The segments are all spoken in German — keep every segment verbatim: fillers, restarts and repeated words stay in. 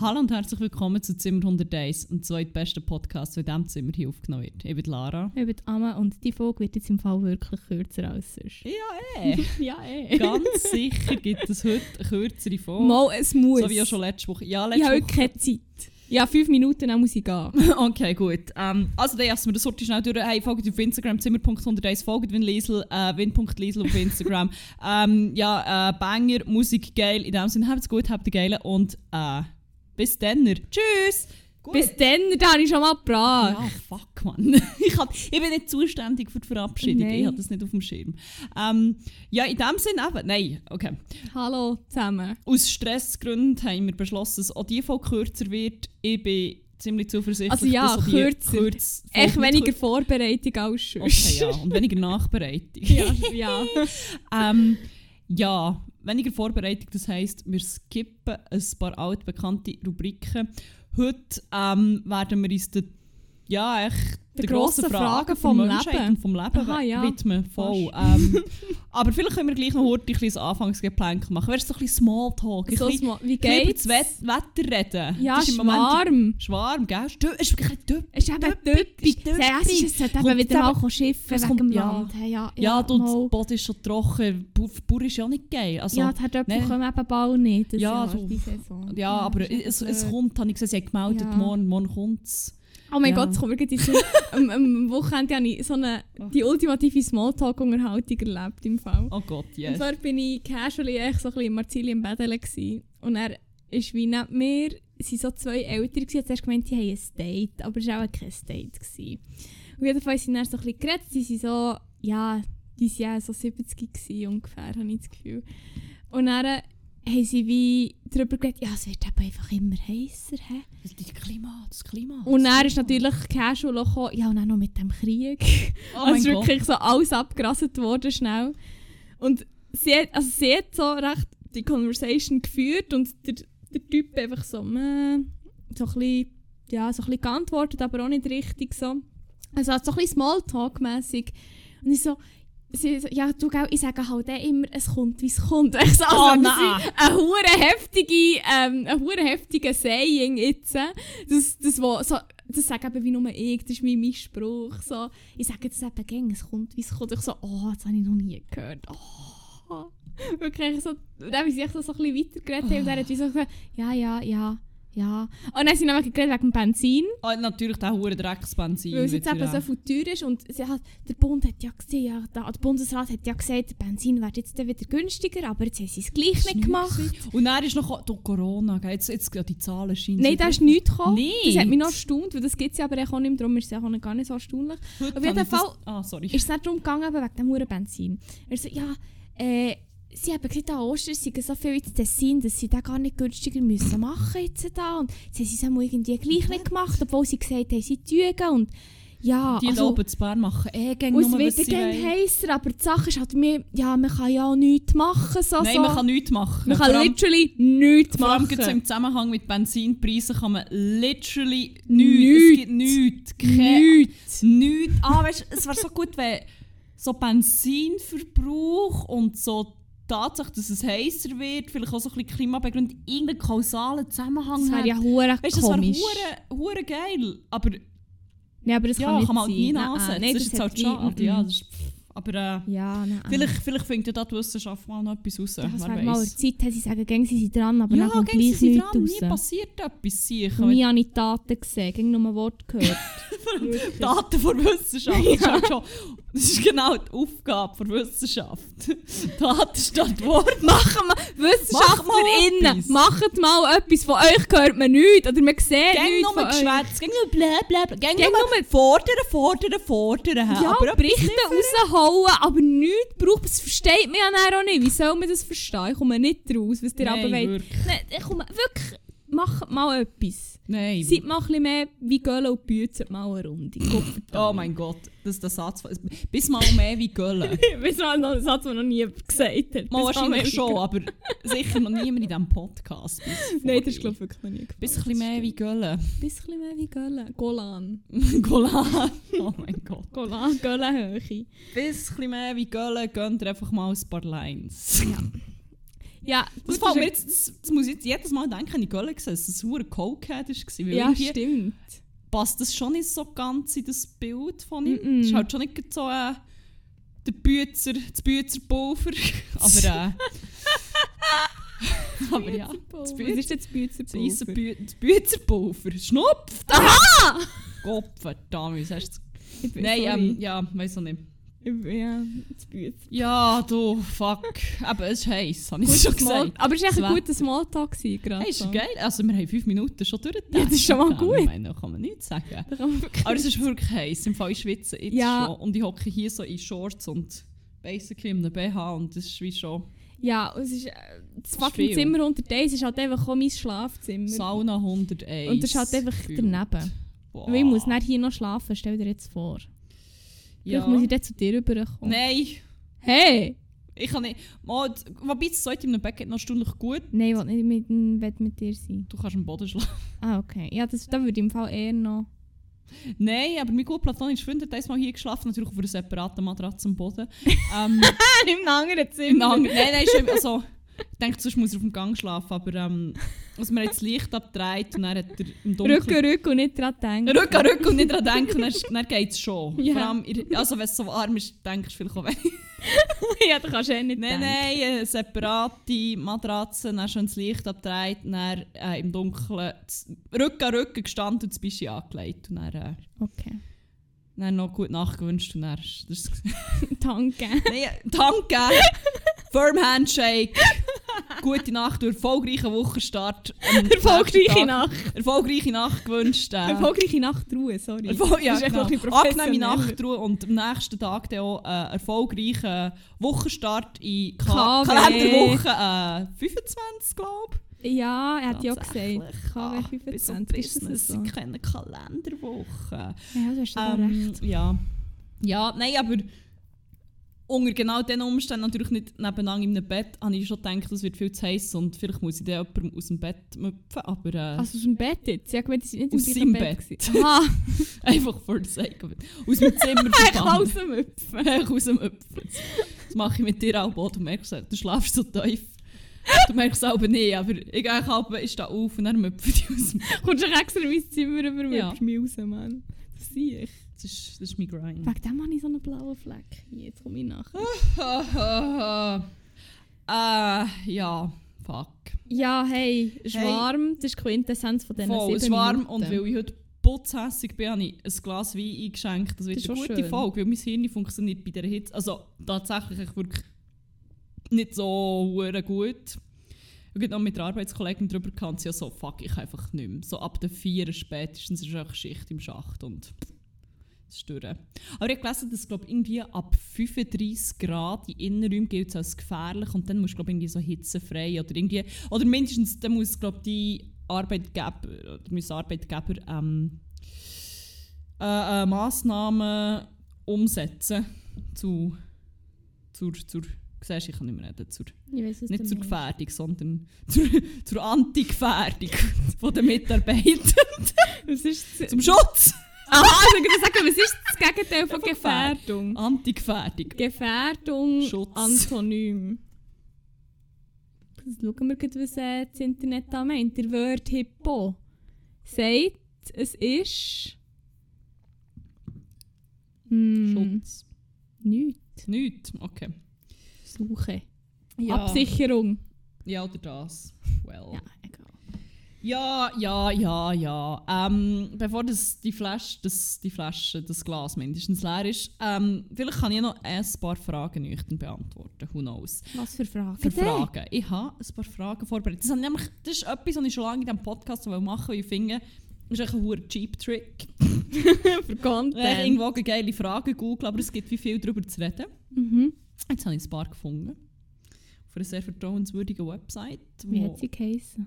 Hallo und herzlich willkommen zu Zimmer hunderteins, dem zweitbesten Podcast, der in diesem Zimmer hier aufgenommen wird. Ich bin Lara. Ich bin Amma und die Folge wird jetzt im Fall wirklich kürzer als sonst. Ja, eh. ja, eh. Ganz sicher gibt es heute eine kürzere Folge. Mal, es muss. So wie auch schon letzte Woche. Ja, letzte ich habe Woche. heute keine Zeit. Ja, fünf Minuten, dann muss ich gehen. Okay, gut. Ähm, also dann lassen wir das heute schnell durch. Hey, folgt auf Instagram, Zimmer hunderteins, folgt Win Liesl, äh, win punkt liesl auf Instagram. ähm, ja, äh, Banger, Musik, geil. In dem Sinne, habt's gut, habt ihr geil und äh, bis dann. Tschüss! Gut. Bis dann, da habe ich schon mal gebracht. Ja, fuck, Mann. ich, hab, ich bin nicht zuständig für die Verabschiedung. Nein. Ich habe das nicht auf dem Schirm. Ähm, ja, in dem Sinne eben. Nein, okay. Hallo zusammen. Aus Stressgründen haben wir beschlossen, dass auch die Folge kürzer wird. Ich bin ziemlich zuversichtlich, Also ja, dass auch die kürzer. Kürz Echt weniger kürzer. Vorbereitung als sonst. Okay, ja. Und weniger Nachbereitung. ja, ja. ähm, ja, weniger Vorbereitung, das heisst, wir skippen ein paar altbekannte Rubriken. Heute ähm, werden wir uns den, ja, echt Die den grossen grossen Fragen Fragen vom vom Menschheit Leben. und vom Leben Aha, ja. widmen. Voll. Ähm, aber vielleicht können wir gleich noch heute ein bisschen Anfangsgeplänkel machen. Wärst du so ein bisschen Smalltalk? Ein So bisschen, sma- wie ein bisschen über geht's? das Wet- Wetter reden. Ja, Das ist im Moment Schwarm. Schwarm, gell? Stö- Es ist wirklich ein Typ. Es ist eben Typisch, typisch. Ja, es ist es Kommt eben wieder eben- mal schiffen es wegen kommt- dem ja. Land. Hey, ja, Ja, ja, du, das mal. Boden ist schon trocken. Bu- Bauer ist ja nicht geil. Also, Ja, die Herdöpfel nee. kommen eben bald nicht. Das Ja, Jahr, so. die Saison. Ja, aber das ist es, eben es blöd. kommt, habe ich gesehen, sie haben gemeldet, Ja. morgen, morgen kommt es. Oh mein Ja. Gott, es kommt wirklich so, am, am Wochenende habe ich so eine, die ultimative Smalltalk-Unterhaltung erlebt im Fall. Oh Gott, Und yes. zwar bin ich casually echt so ein bisschen im Marzili im Bädele gsi. Und er ist wie neben mir, es waren so zwei Eltern, die haben zuerst gemeint, sie haben ein Date, aber es war auch kein Date. Gewesen. Und jedenfalls sind dann so ein bisschen geredet, sie sind so, ja, die waren ja so siebzig gewesen, ungefähr, habe ich das Gefühl. Und dann haben sie wie darüber geredet, ja, es wird eben einfach immer heißer. He? Das Klima, das Klima. Und das dann ist Klima. natürlich casual auch gekommen, ja, und dann noch mit dem Krieg. Oh Also mein es ist Gott. wirklich so alles abgerasselt worden schnell. Und sie hat, also sie hat so recht die Conversation geführt und der, der Typ einfach so, meh, so ein bisschen, ja, so ein bisschen geantwortet, aber auch nicht richtig so. Also so ein bisschen Smalltalk-mässig. Und ich so, sie so, ja, du, gell, ich sage halt auch immer, es kommt, wie es kommt. Ich so, Oh, also, nein. eine hure heftige, ähm, ein hure heftige Saying jetzt. Das, das, wo, so, das sage eben wie nur ich, das ist mein, mein Spruch. So, ich sage jetzt eben gern, es kommt, wie es kommt. Ich so, oh, das habe ich noch nie gehört. Oh. Wirklich so, dann haben sie sich so, so ein bisschen weitergeredet oh. Und dann hat sie so gesagt, ja, ja, ja, ja. Und dann haben sie nämlich geredet wegen dem Benzin. Oh, natürlich der hure Drecksbenzin. Weil es jetzt eben so viel teuer ist und sie hat, der Bund hat ja gesehen, ja, der, der Bundesrat hat ja gesagt, der Benzin wird jetzt dann wieder günstiger, aber jetzt haben sie es gleich nicht gemacht. Und dann ist noch durch Corona, gell? Jetzt, jetzt ja, die Zahlen scheinen Nein, so da ist gut. nichts gekommen. Nicht? Das hat mich noch erstaunt, weil das gibt es ja aber auch nicht mehr, darum ist es ja auch nicht- gar nicht so erstaunlich. Heute Auf jeden habe ich das- Fall Ah, sorry. ist es nicht darum gegangen, eben wegen dem hohen Benzin. Er so, ja, äh, sie haben gesagt, an Ostern sind so viel ins Tessin, dass sie das gar nicht günstiger müssen machen jetzt da. Und jetzt haben sie es einmal irgendwie gleich nicht gemacht, obwohl sie gesagt haben, sie tügen. Und ja, Die da also, oben zu Bern machen eh gäng und es nur, was wird sie dann wollen. heißer, aber die Sache ist halt, wir, ja, man kann ja auch nichts machen. So, Nein, so. man kann nichts machen. Man kann Vor allem- literally nichts Vor allem machen. gibt's im Zusammenhang mit Benzinpreisen kann man literally nichts. Nichts. Es gibt nichts. Kein- Nichts. Nichts. Ah, weißt, es wäre so gut, wenn so Benzinverbrauch und so die Tatsache, dass es heißer wird, vielleicht auch so ein bisschen klimabegründet, irgendeinen kausalen Zusammenhang Das wäre hat. ja hure Weißt du, das wäre komisch. hure, hure geil. Aber Ja, aber das ja, kann nicht kann man halt nie sein. Nein, ansetzen. nein, das ist jetzt hat halt wie- schade. mm, Ja, mm. das ist, aber äh, Ja, nein. vielleicht, vielleicht findet ja da die Wissenschaft mal noch etwas raus. Das wer wäre mal weiss. eine Zeit, sie sagen, gehen sie sind dran, aber Ja, dann kommt gehen sie gleich sind nichts dran. Nie raus. passiert etwas, sicher. Und nie habe ich Daten gesehen, ging nur ein Wort gehört. Daten von Wissenschaft. Das, ist halt schon, das ist genau die Aufgabe der Wissenschaft. Daten statt Wort. Machen wir, WissenschaftlerInnen, etwas. macht mal etwas, von euch hört man nichts, oder man sieht Gäng nichts nur von euch. Geschwätz, gäng nur blä blä blä. Gäng Gäng nur fordern, fordern, fordern. hä? Ja, aber etwas Berichte liefern. raushauen, aber nichts braucht, das versteht man ja dann auch nicht. Wie soll man das verstehen? Ich komme nicht raus, was ihr Nein, aber wollt. wirklich. Nein, ich komme wirklich, macht mal etwas. Nein. Seid mal ein bisschen mehr wie Gölle und Büzer mal eine Runde. Oh mein Gott, das ist der Satz. von- Bis mal mehr wie Gölle. Das war noch ein Satz, den noch nie gesagt hat. Mal Bis wahrscheinlich mehr schon, wie aber sicher noch niemand in diesem Podcast. Bis Nein, das ist glaube ich wirklich noch nie gefallen. Bisschen mehr wie Gölle. Bisschen mehr wie Gölle. Golan. Golan. Oh mein Gott. Golan, Göllenhöhe. Bisschen mehr wie Gölle, gönnt ihr einfach mal ein paar Lines. Ja. Ja, Das, gut, fällt mir ist jetzt, das, das muss ich jetzt jedes Mal denken, wenn ich Gölle gesehen dass es ein Cokehead war. Weil ja, irgendwie stimmt. passt das schon nicht so ganz in das Bild von ihm. Mm-mm. Es ist halt schon nicht so äh, der Büzer, das Büzerpulver. Aber äh, aber ja, Was ist denn das Büzerpulver? das Bü das Büzerpulver. Schnupft! Aha! Gott verdammt, was hast du... Ich bin Nein, sorry. ähm, ja, weiss auch nicht. Ja, das Büzer. Ja, du, fuck. Aber es ist heiß, habe ich schon gesagt. Aber es war echt Das ein guter Smalltalk gerade. Hey, ist so. geil. Also wir haben fünf Minuten schon durchgedacht. Ja, das ist schon mal gut. Ich meine, da kann man nichts sagen. Da kann man wirklich- Aber es ist wirklich heiß. Im Fall ich schwitze jetzt Ja. schon. Und ich hocke hier so in Shorts und basically in einem B H und das ist wie schon Ja, und es ist äh, das ist fucking viel. Zimmer unter Eis ist halt einfach auch mein Schlafzimmer. Sauna hunderteins. Und das ist halt einfach gefühlt. daneben. Wow. Weil ich muss nicht hier noch schlafen, stell dir jetzt vor. Ja. Vielleicht muss ich dann zu dir rüberkommen. Nein, Hey! ich kann nicht. Mal, wobei das sollte in einem Bett geht noch stündlich gut. Nein, ich will nicht mit dem Bett mit dir sein. Du kannst am Boden schlafen. Ah, okay. Ja, das, da würde ich im Fall eher noch... Nein, aber mein gut platonischer Freund hat einmal hier geschlafen, natürlich auf einer separaten Matratze am Boden. ähm, Im anderen Zimmer. Im Hang- nein, nein, ist immer so. Ich denke, sonst muss er auf dem Gang schlafen, aber ähm, also man hat das Licht abgedreht und dann hat er im Dunkeln... Rücken, Rücken und nicht dran denken. Rücken an Rücken und nicht daran denken, dann, dann geht es schon. Ja. Vor allem, in- also wenn es so warm ist, denkst du vielleicht auch weniger. Ja, da kannst du eh nicht Nein, denken. nein, eine separate Matratze, dann schon das Licht abgedreht, dann äh, im Dunkeln das Rücken an Rücken gestanden und das Bischi angelegt und dann, äh, Okay. dann noch gute Nacht gewünscht und dann ist das... Danke. Nein, danke! Firm Handshake! Gute Nacht, erfolgreichen Wochenstart. am Erfolgreiche nächsten Tag. Nacht. Erfolgreiche Nacht gewünscht. Äh, Erfolgreiche Nachtruhe, sorry. Erfol ja, Das ist echt genau. noch ein bisschen Angenehme professioneller. Nachtruhe und am nächsten Tag dann auch äh, erfolgreichen Wochenstart in K Ka W. Kalenderwoche äh, fünfundzwanzig, glaube ich. Ja, er hat ja Tatsächlich. gesagt. K W Ah, bis zum fünfundzwanzig. Ist das Business, so? sie kennen Kalenderwoche. Ja, du hast aber Ähm, recht. ja. Ja, nein, aber unter genau diesen Umständen, natürlich nicht nebeneinander in einem Bett, habe ich schon gedacht, das wird viel zu heiß und vielleicht muss ich dann jemanden aus dem Bett müpfen, aber äh, Also aus dem Bett jetzt? Ja, gemeint, die sind nicht aus im seinem gleichen Bett. gewesen. Aha, einfach for the sake of it. Aus dem Zimmer ich verbannt. aus dem Öpfen. Einfach aus dem Öpfen. Das mache ich mit dir auch, du merkst, du schlafst so tief. Du merkst es aber nicht, aber ich gehe halb, ich stehe auf und dann müpfe ich aus dem Kommst du extra in mein Zimmer rüber und Ja. ja. mich raus, Mann. Das sehe ich. Das ist, das ist mein Grind. Wegen dem habe ich so einen blauen Fleck. Jetzt komme ich nachher. äh, ja, fuck. Ja, hey, es ist Hey. warm. Das ist die Quintessenz von diesen Voll, sieben es ist warm Minuten. und weil ich heute putzhässig bin, habe ich ein Glas Wein eingeschenkt. Das wird Das ist eine schon gute schön. Folge, weil mein Hirn funktioniert bei dieser Hitze. Also tatsächlich echt wirklich nicht so hure gut. Ich habe noch mit der Arbeitskollegen darüber gehabt und sie ja so, fuck, ich kann einfach nicht mehr. So ab der vier spätestens ist einfach Schicht im Schacht und es ist durch. Aber ich habe gelesen, dass glaub, irgendwie ab fünfunddreissig Grad in Innenräumen gilt es als gefährlich und dann musst du glaub, irgendwie so hitzefrei oder irgendwie, oder mindestens dann muss glaub, die Arbeitgeber, oder müssen Arbeitgeber ähm, äh, äh, Massnahmen umsetzen zu, zur, zur siehst, ich kann nicht mehr reden, zur, Ich weiss, was nicht du zur meinst. Gefährdung, sondern zur, zur Anti-Gefährdung von den Mitarbeitern. Was ist das? Zum Schutz! Aha, also ich würde sagen, was ist das Gegenteil von Von Gefährdung? Anti-Gefährdung. Gefährdung, Schutz. Antonym. Jetzt schauen wir gerade, was äh, das Internet da meint. Der Word Hippo sagt, es ist... Hm, Schutz. nichts. Nichts. Okay. Suche. Ja. Absicherung. Ja, oder das. Well. Ja, egal. Ja, ja, ja, ja. Ähm, bevor das, die, Flasche, das, die Flasche, das Glas mindestens leer ist, ähm, vielleicht kann ich noch ein paar Fragen nüchtern beantworten. Who knows? Was für Fragen? Für Fragen. Ich habe ein paar Fragen vorbereitet. Das, habe ich nämlich, das ist etwas, was ich schon lange in diesem Podcast machen will, weil ich finde, das ist ein hoher Cheap-Trick. für Ich Content. irgendwo eine geile Frage googeln, aber es gibt wie viel darüber zu reden. Mhm. Jetzt habe ich ein paar gefunden. Auf einer sehr vertrauenswürdigen Website. Wie wo hat sie geheißen?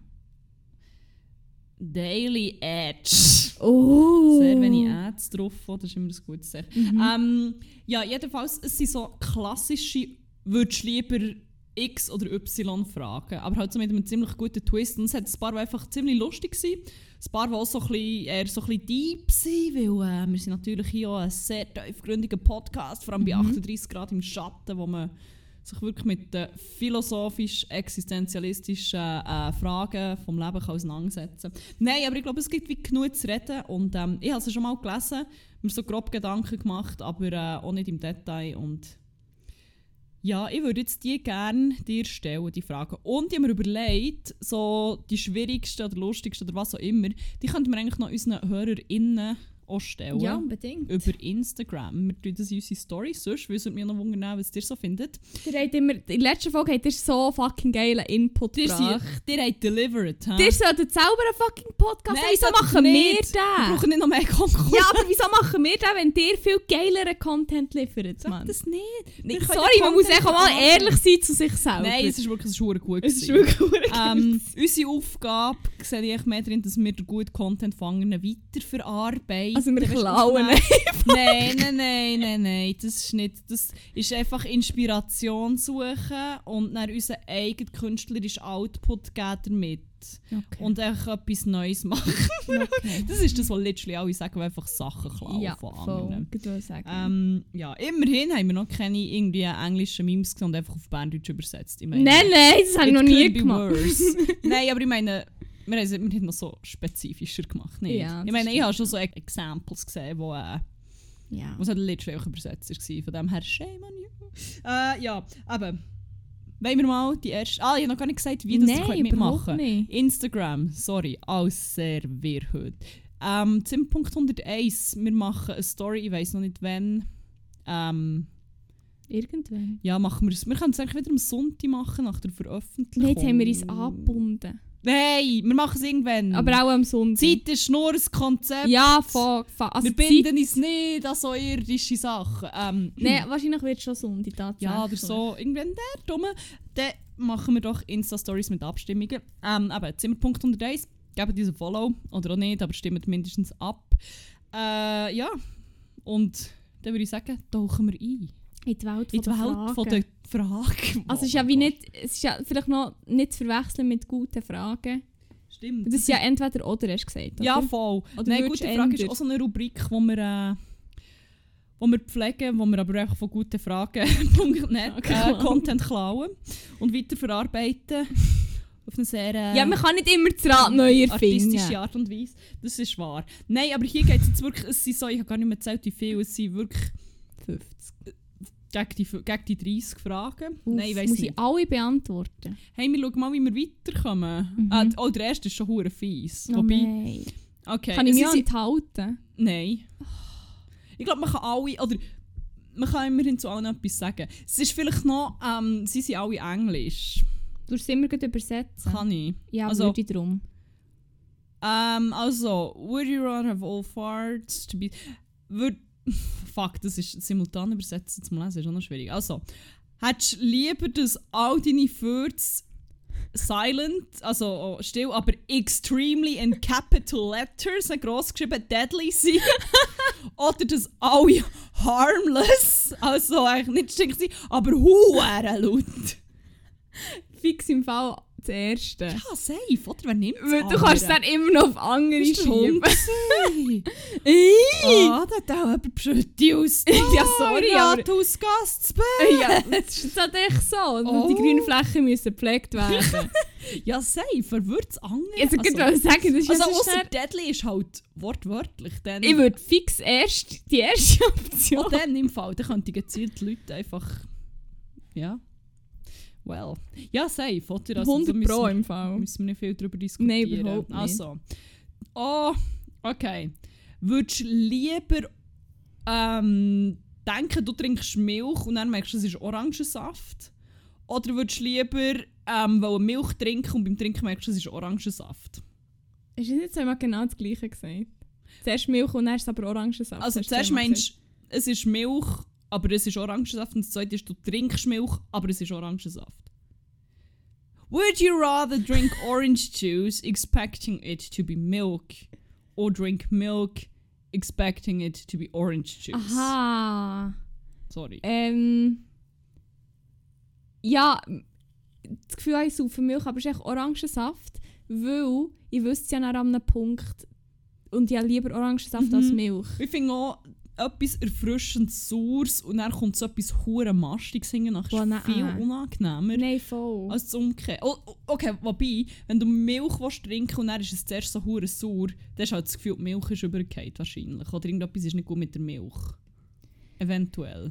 Daily Edge. Oh! Sehr wenig Ads drauf, das ist immer ein gutes Zeichen. Mhm. Ähm, ja, jedenfalls, es sind so klassische, würdest du lieber X- oder Y-Fragen, aber halt so mit einem ziemlich guten Twist. Und es hat ein paar, die einfach ziemlich lustig waren. Ein paar, die auch so ein bisschen, eher so ein bisschen deep sind, weil äh, wir sind natürlich hier auch ein sehr tiefgründiger Podcast, vor allem bei Mhm. achtunddreissig Grad im Schatten, wo man sich wirklich mit den philosophisch-existenzialistischen äh, Fragen vom Leben kann auseinandersetzen kann. Nein, aber ich glaube, es gibt wie genug zu reden. Und ähm, ich habe es schon mal gelesen, mir so grob Gedanken gemacht, aber äh, auch nicht im Detail. Und ja, ich würde jetzt die gerne dir stellen, die Fragen. Und ich habe mir überlegt, so die schwierigsten oder lustigsten oder was auch immer, die könnten wir eigentlich noch unseren HörerInnen auch stellen. Ja, unbedingt. Über Instagram. Wir tun das in unsere Storys, sonst würde mich noch wundern, was ihr so findet. Ihr habt immer, in der letzten Folge habt ihr so fucking geilen Input Ihr gebracht. seid- ihr habt delivered. Huh? Ihr solltet selber einen fucking Podcast Nein, haben. Wieso solltet machen wir nicht. Wir den? brauchen nicht noch mehr Konkurs. Ja, aber wieso machen wir den, wenn ihr viel geileren Content liefert, Sag Mann? das nicht. Nee, Wir können sorry, man muss Content echt auch mal machen. ehrlich sein zu sich selber. Nein, es ist wirklich es ist verdammt gut. es ist gewesen. wirklich gut. ähm, unsere Aufgabe sehe ich mehr darin, dass wir den guten Content von anderen weiterverarbeiten. Also wir Weißt du, klauen nein, nein, nein, nein, nein, nein, das ist nicht. Das ist einfach Inspiration suchen und dann unseren eigenen künstlerischen Output geben damit. Okay. Und einfach etwas Neues machen. Okay. Das ist das, was literally alle sagen, die einfach Sachen klauen Ja, von voll. anderen. Ich würde sagen. Ähm, ja, immerhin haben wir noch keine irgendwie englischen Memes gesehen und einfach auf Berndeutsch übersetzt. Ich meine, nein, nein, das habe ich it noch nie could be gemacht. worse. Nein, aber ich meine, wir haben es wir haben es noch so spezifischer gemacht. Nicht? Ja, das ich meine, ich stimmt. habe schon so E- Examples gesehen, wo äh, Ja. was halt literally auch übersetzt war. Von dem her, shame on you. Äh, ja, aber wollen wir mal die erste... Ah, ich habe noch gar nicht gesagt, wie das ihr Nein, könnt mitmachen überhaupt nicht. Instagram, sorry, alles sehr wir heute. Ähm, zum Punkt hunderteins, wir machen eine Story, ich weiss noch nicht wann. Ähm, Irgendwann. ja, machen wir es. Wir können es eigentlich wieder am Sonntag machen, nach der Veröffentlichung. Nein, jetzt haben wir uns angebunden. Nein, wir machen es irgendwann. Aber auch am Sonntag. Zeit ist nur ein Konzept. Ja, voll. Also wir binden uns nicht an so irdische Sachen. Ähm, Nein, wahrscheinlich wird es schon Sonntag tatsächlich. ja, oder so. Irgendwann der Dumme. Dann machen wir doch Insta-Stories mit Abstimmungen. Ähm, eben, Zimmerpunkt hunderteins. Gebt uns ein Follow. Oder auch nicht, aber stimmt mindestens ab. Äh, ja. Und dann würde ich sagen, tauchen wir ein. In die Welt von In die der Welt Fragen. von der Fragen. Also es ist ja wie nicht, es ist ja vielleicht noch nicht zu verwechseln mit guten Fragen. Stimmt. Das ist ja entweder oder, hast du gesagt, oder? Ja, voll. Oder Nein, würdest gute du Frage ist ändern? auch so eine Rubrik, wo wir, äh, wo wir pflegen, wo wir aber einfach von guten Fragen Punkt net äh, Content klauen und weiterverarbeiten. Auf eine sehr äh, Ja, man kann nicht immer das Rad neu erfinden. artistische Art und Weise. Das ist wahr. Nein, aber hier geht es jetzt wirklich, es sind so, ich habe gar nicht mehr gezählt, wie viel, es sind wirklich fünfzig. gegen die, gegen die dreissig Fragen. Uff, Nein, ich weiss muss nicht. ich alle beantworten? Hey, wir schauen mal, wie wir weiterkommen. Mhm. Ah, oh, der erste ist schon hure fies. Oh, Wobei, nein. okay. Kann ich mich es auch ist- enthalten? Nein. Ich glaube, man kann alle, oder man kann immerhin zu allen etwas sagen. Es ist vielleicht noch, ähm, sie sind alle Englisch. Du musst es immer gut übersetzen. Kann ich? Ja, Also- würde ich drum. Ähm, also, would you rather have all farts to be... Würd, fuck, das ist simultan übersetzen zum Lesen, ist auch noch schwierig. Also, hättest du lieber, dass all deine Furz silent, also oh, still, aber extremely in capital letters, gross geschrieben, deadly sind? Oder dass alle harmless, also eigentlich nicht stinken sind, aber huere laut? Fix im Fall das Erste. Ja, safe, oder? Wer nimmt Weil du kannst es dann immer noch auf andere ist der Hund schieben. gewesen. Ah, da hat auch jemand Beschütte aus. Ja, sorry, aber- Rathausgast. Ja, das ist halt echt so. Oh. Die grünen Flächen müssen gepflegt werden. Ja, safe, wer würde es anders? Ich wollte gerade sagen, das ist also ja so ausser schnell- Deadly ist halt wortwörtlich. Dann, Ich würde fix erst die erste Option. auch dann im Fall, dann könnte gezielt die Leute einfach... Ja. Well. Ja, safe, oder? Also, da hundert müssen Pro wir- im Fall. Müssen wir nicht viel darüber diskutieren. Nein, überhaupt nicht. Also. Oh, okay. Würdest du lieber ähm, denken, du trinkst Milch und dann merkst du, es ist Orangensaft? Oder würdest du lieber ähm, wollen Milch trinken und beim Trinken merkst du, es ist Orangensaft? Hast du jetzt einmal genau das Gleiche gesagt? Zuerst Milch und dann ist es aber Orangensaft. Also Hast du zuerst zweimal meinst du, es ist Milch, aber es ist Orangensaft. Und das zweite ist, du trinkst Milch, aber es ist Orangensaft. Would you rather drink orange juice expecting it to be milk or drink milk expecting it to be orange juice? gesagt. Aha. Sorry. Ähm. Ja, das Gefühl habe ich saufe Milch, aber es ist echt Orangensaft, weil ich wüsste es ja nach einem Punkt und ja lieber Orangensaft Mhm. als Milch. Ich finde auch, etwas erfrischend Saures und dann kommt so etwas hure Mastiges hinten, nachher Boah, ist nein. es viel unangenehmer. Nein, voll. Als das Umkehren. Oh, oh, okay, wobei, wenn du Milch willst trinken und dann ist es zuerst so hure sauer, dann hast du halt das Gefühl, die Milch ist übergefallen wahrscheinlich. Oder irgendetwas ist nicht gut mit der Milch. Eventuell.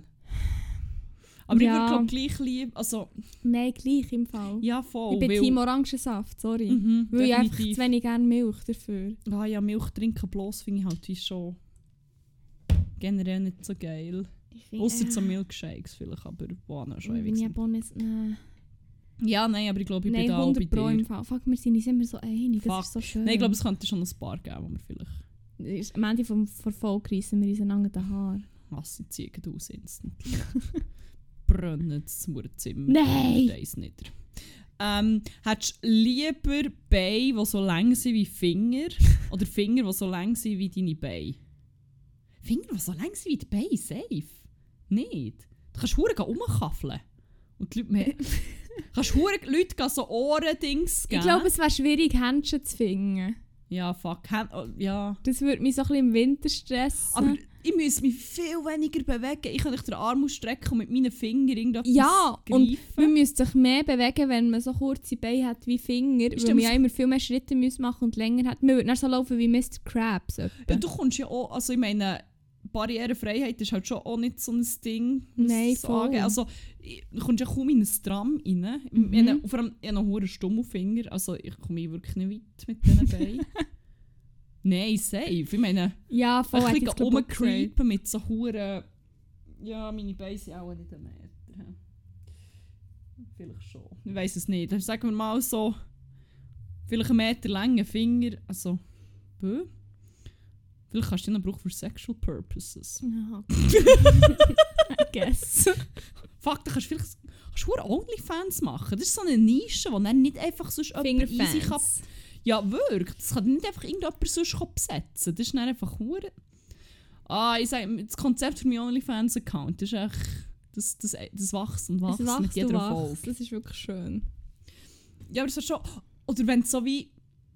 Aber Ja. ich würde glaube gleich lieb, also Nein, gleich im Fall. ja voll. ich bin weil- Team Orangensaft, sorry. Mhm, Weil ich einfach definitiv. zu wenig gerne Milch dafür. Ah ja, Milch trinken bloß finde ich halt wie schon generell nicht so geil. Ich find, Außer äh, so Milkshakes vielleicht, aber boah, noch schon bin ewig. ich sind. aber nicht... Nein, Ja, nein, aber ich glaube, ich bin nein da auch bei hundert Pro im dir. Fall. Fuck, wir sind uns immer so einig, das Fuck. ist so schön. Nein, ich glaube, es könnte schon ein paar geben, wo wir vielleicht Am Ende vom Verfolg reissen wir auseinander den Haar. Wasser ziehen aus instant. Brennen das Murzimmer. Nein! Da ist nicht. Ähm, hättest du lieber Beine, die so lang sind wie Finger? Oder Finger, die so lang sind wie deine Beine? Finger, die so lang sind wie die Beine? Safe. Nicht. Du kannst hure rumkaffeln. Und die Leute mehr. kannst hure Leute gehen so Ohren-Dings geben. Ich glaube, es wäre schwierig, Händchen zu finden. Ja, fuck. Hand, oh, ja. Das würde mich so ein bisschen im Winter stressen. Aber ich muss mich viel weniger bewegen. Ich kann nicht den Arm ausstrecken und mit meinen Fingern irgendetwas ja, und greifen. man müsste sich mehr bewegen, wenn man so kurze Beine hat wie Finger, Stimmt, weil man ja es- immer viel mehr Schritte muss machen und länger hat. Man würde dann so laufen wie Mister Krabs. etwa. Ja, du kommst ja auch, also ich meine, Barrierefreiheit ist halt schon auch nicht so ein Ding. muss Nein, ich sagen. voll. Also, ich- du kommst ja kaum in ein Tram rein. Mhm. Ich meine, vor allem, ich habe noch einen Stummelfinger, also ich komme hier wirklich nicht weit mit diesen Beinen. Nein, safe. Ich meine, Ja, voll, ein hätte ich bisschen jetzt glaub auch gesagt. rumcreepen mit so Huren. Ja, meine Beine sind auch nicht ein Meter. hä? Vielleicht schon. Ich weiß es nicht. Sagen wir mal so, vielleicht einen Meter lange Finger. Also, bö. Vielleicht kannst du den noch brauchen für sexual purposes. Ja, okay. I guess. Fuck, da kannst du vielleicht kannst du hure Onlyfans machen. Das ist so eine Nische, die dann nicht einfach sonst jemand easy kann. Fingerfans. Ja, wirklich. Das kann nicht einfach irgendjemand sonst besetzen. Das ist dann einfach hure. Ah, ich sage, das Konzept für meinen Onlyfans-Account ist echt. Das, das, das wächst und wächst Es wächst mit jeder und wächst. Folge. Das ist wirklich schön. Ja, aber es ist schon. Oder wenn es so wie.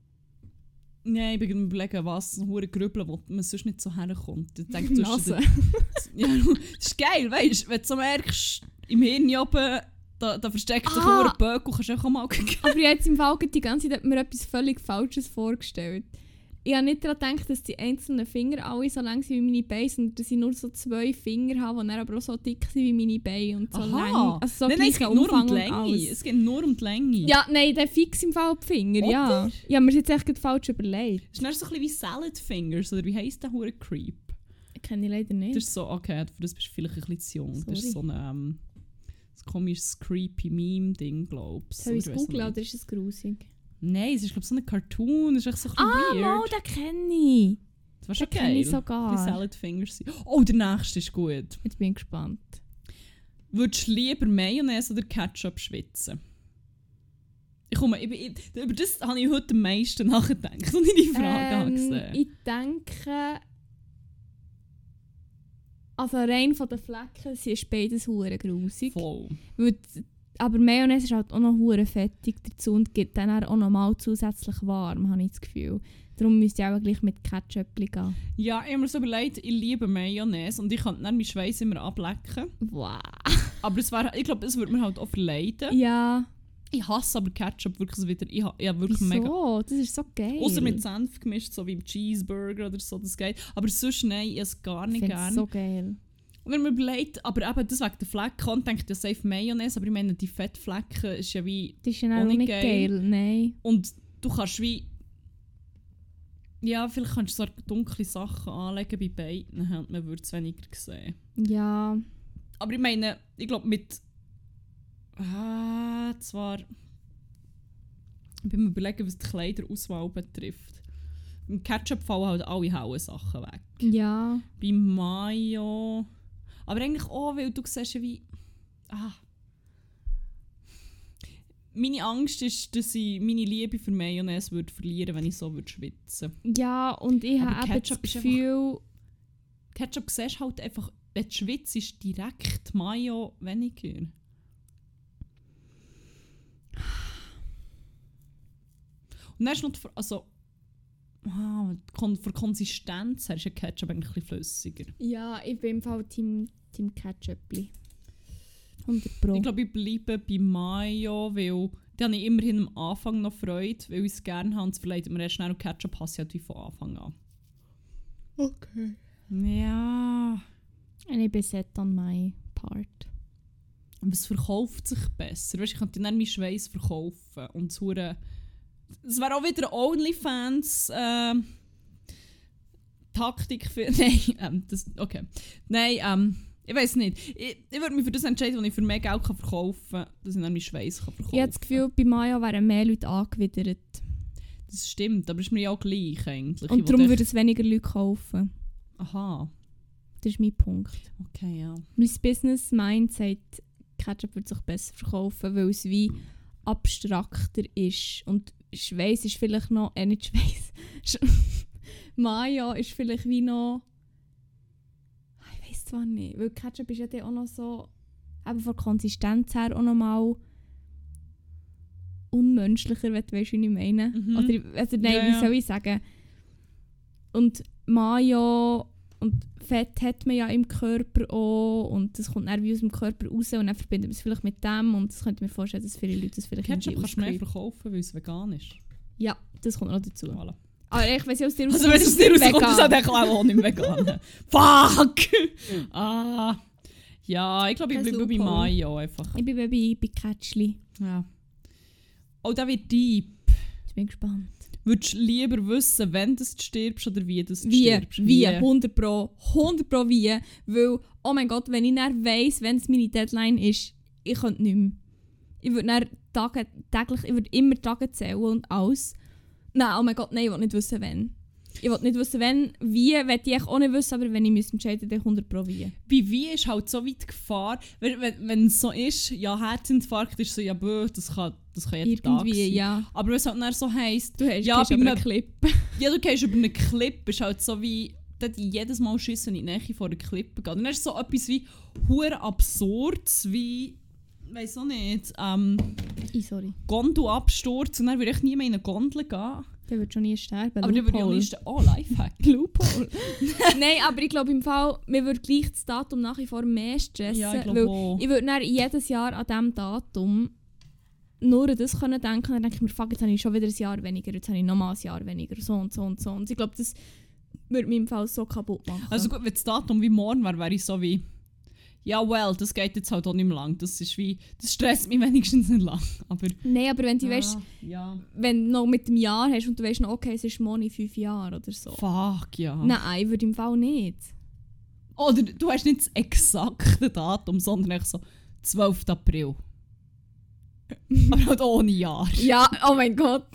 Nein, ich bin am überlegen, was so hure Grübeln, wo man sonst nicht so herkommt. Ich denke, du hast Nase. ja, das ist geil, weißt du? Wenn du so merkst, im Hirn oben, da, da versteckt sich Ah. hure Böckel, kannst du auch mal gucken. Aber jetzt im Fall die ganze Zeit hat mir etwas völlig Falsches vorgestellt. Ich habe nicht daran gedacht, dass die einzelnen Finger alle so lang sind wie meine Beine, sondern dass ich nur so zwei Finger habe, die dann aber auch so dick sind wie meine Beine und so lang. Also so nein, nein, es gleichen geht nur um Umfang die und Länge. alles. Es geht nur um die Länge. Ja, nein, der fix im Fall die Finger, ja. Oder? Ich habe mir das jetzt echt gerade falsch überlegt. Es ist dann so ein bisschen wie Salad Fingers, oder wie heisst der hure Creep? Kenne ich leider nicht. Das ist so, okay, für das bist du vielleicht ein bisschen zu jung. Das ist so Sorry. ein, ähm, ein komisches, creepy Meme-Ding, glaube ich. Soll ich es googeln oder ist es grusig? Nein, es ist glaube ich so ein Cartoon, es ist echt so ein bisschen Ah, weird. mal, den kenne ich. Das war Den schon kenne geil. ich sogar. Die Salad Fingers. Oh, der nächste ist gut. Jetzt bin ich gespannt. Würdest du lieber Mayonnaise oder Ketchup schwitzen? Ich komme, ich, bin- ich, über das habe ich heute am meisten nachgedacht, als ich die Frage habe Ähm, gesehen. ich denke... Also rein von den Flecken, sie ist beides hure grusig. Voll. Weil d- Aber Mayonnaise ist halt auch noch hure fettig dazu und gibt dann auch noch mal zusätzlich warm, habe ich das Gefühl. Darum müsste ich auch gleich mit Ketchup gehen. Ja, ich habe mir so überlegt, ich liebe Mayonnaise und ich kann dann meinen Schweiß immer ablecken. Wow. Aber es wär, ich glaube, das würde mir halt auch verleiden. Ja, Ich hasse aber Ketchup wirklich wieder. Ich, ha- ich habe wirklich wieso? mega... Das ist so geil. Außer mit Senf gemischt, so wie im Cheeseburger oder so, das geht. Aber sonst nein, ich esse es gar ich nicht finde gerne. es so geil. Und wenn man überlegt, aber eben das wegen der Flecken, und denkt ja safe Mayonnaise, aber ich meine, die Fettflecken ist ja wie... Das ist ja Auch auch nicht nicht geil. geil, nein. Und du kannst wie... Ja, vielleicht kannst du so dunkle Sachen anlegen bei beiden, und man würde es weniger sehen. Ja, Aber ich meine, ich glaube mit... Ah, zwar... Ich bin mir überlegen, was die Kleiderauswahl betrifft. Im Ketchup fallen halt alle hauen Sachen weg. ja. Beim Mayo... Aber eigentlich auch, weil du siehst ja wie... Ah. Meine Angst ist, dass ich meine Liebe für Mayonnaise würde verlieren, wenn ich so würde schwitzen. Ja, und ich Aber habe eben das Ketchup ist Gefühl... Ketchup siehst halt einfach, wenn du schwitzt, ist direkt Mayo weniger. Und dann ist noch die Fra- also... Ah, ja, kon- für Konsistenz her ist ja Ketchup eigentlich ein bisschen flüssiger. Ja, ich bin im Fall Team, Team Ketchupli. hundert Pro. Ich glaube, ich bleibe bei Mayo, weil da habe ich immerhin am Anfang noch Freude, weil ich es gerne habe und es verleitet mir erst schnell und Ketchup hasse ich halt wie von Anfang an. Okay. Ja. Und ich bin set on my part. Aber es verkauft sich besser. Weißt, ich könnte dann meinen Schweiß verkaufen. Und es wäre auch wieder OnlyFans äh, Taktik für. Nein, ähm, das, okay. Nein, ähm, ich weiß nicht. Ich, ich würde mich für das entscheiden, was ich für mehr Geld kann verkaufen kann, dass ich dann meinen Schweiß verkaufen kann. Ich habe das Gefühl, bei Maya wären mehr Leute angewidert. Das stimmt, aber ist mir ja auch gleich eigentlich. Und Ich darum will würden es weniger Leute kaufen. Aha, Das ist mein Punkt. okay, ja. Mein Business Mind sagt, Ketchup wird sich besser verkaufen, weil es wie abstrakter ist. Und Schweiß ist vielleicht noch, äh nicht Schweiß, Mayo ist vielleicht wie noch, ich weiß zwar nicht, weil Ketchup ist ja dann auch noch so, eben von der Konsistenz her auch noch mal unmenschlicher, wenn du weißt, wie ich meine. Mhm. Oder, also nein, Ja, wie ja. soll ich sagen? Und Mayo und Fett hat man ja im Körper auch und das kommt dann wie aus dem Körper raus und dann verbindet man es vielleicht mit dem und das könnte ich mir vorstellen, dass viele Leute das vielleicht Ketchup irgendwie kannst du mehr ausgreifen. verkaufen, weil es vegan ist. Ja, das kommt noch dazu. Voilà. Aber ich weiß ja aus dir Also wenn es dir vegan. rauskommt, ist halt auch nicht vegan. Fuck! Ah. Ja, ich glaube, ich Kein bleibe bei Loophole. Mayo einfach. Ich bin bei, bei Ketschli. Ja. Oh, da wird deep. Ich bin gespannt. Würdest du lieber wissen, wenn du stirbst oder wie du Wie? stirbst? Wie? hundert Pro. hundert Pro wie. Weil, oh mein Gott, wenn ich dann weiss, wenn es meine Deadline ist, ich könnte nicht mehr. Ich würde dann Tage, täglich, ich würde immer Tage zählen und alles. Nein, oh mein Gott, nein, ich will nicht wissen, wenn. Ich will nicht wissen, wenn. Wie, will ich auch nicht wissen, aber wenn ich müsste entscheiden, dann hundert Pro wie. Bei wie ist halt so weit Gefahr, wenn, wenn, wenn es so ist, ja, Herzinfarkt ist so, ja, böh, das kann, das kann jeden Tag Irgendwie, sein. ja. Aber wenn es halt dann so heisst, Du hast ja, gehst bei über einem einen Clip. ja, du gehst über einen Clip, ist halt so wie, dort jedes Mal Schüsse in die Nähe von einer Klippe gehen. Und dann ist so etwas wie hure absurd, wie, weiss auch nicht, ähm, Ich, sorry. Gondelabsturz und dann würde ich nie mehr in eine Gondel gehen. Der wird schon nie sterben. Aber dann würde ich auch Loophole. nicht, oh, Lifehack. Loophole. Nein, aber ich glaube im Fall, mir würde gleich das Datum nach wie vor mehr stressen. Ja, ich weil glaube auch. ich würde dann jedes Jahr an diesem Datum nur an das können denken. Dann denke ich mir, fuck, jetzt habe ich schon wieder ein Jahr weniger, jetzt habe ich nochmal ein Jahr weniger, so und so und so. Und ich glaube, das würde mich im Fall so kaputt machen. Also gut, wenn das Datum wie morgen wäre, wäre ich so wie, ja, well, das geht jetzt halt auch nicht mehr lang. Das ist wie, das stresst mich wenigstens nicht lang. Aber, Nein, aber wenn du ja, weißt, ja. wenn du noch mit dem Jahr hast und du weißt noch, okay, es ist morgen in fünf Jahre oder so. Fuck, ja. Nein, ich würde im Fall nicht. Oder du hast nicht das exakte Datum, sondern echt so zwölften April. Aber halt ohne Jahr. Ja, oh mein Gott.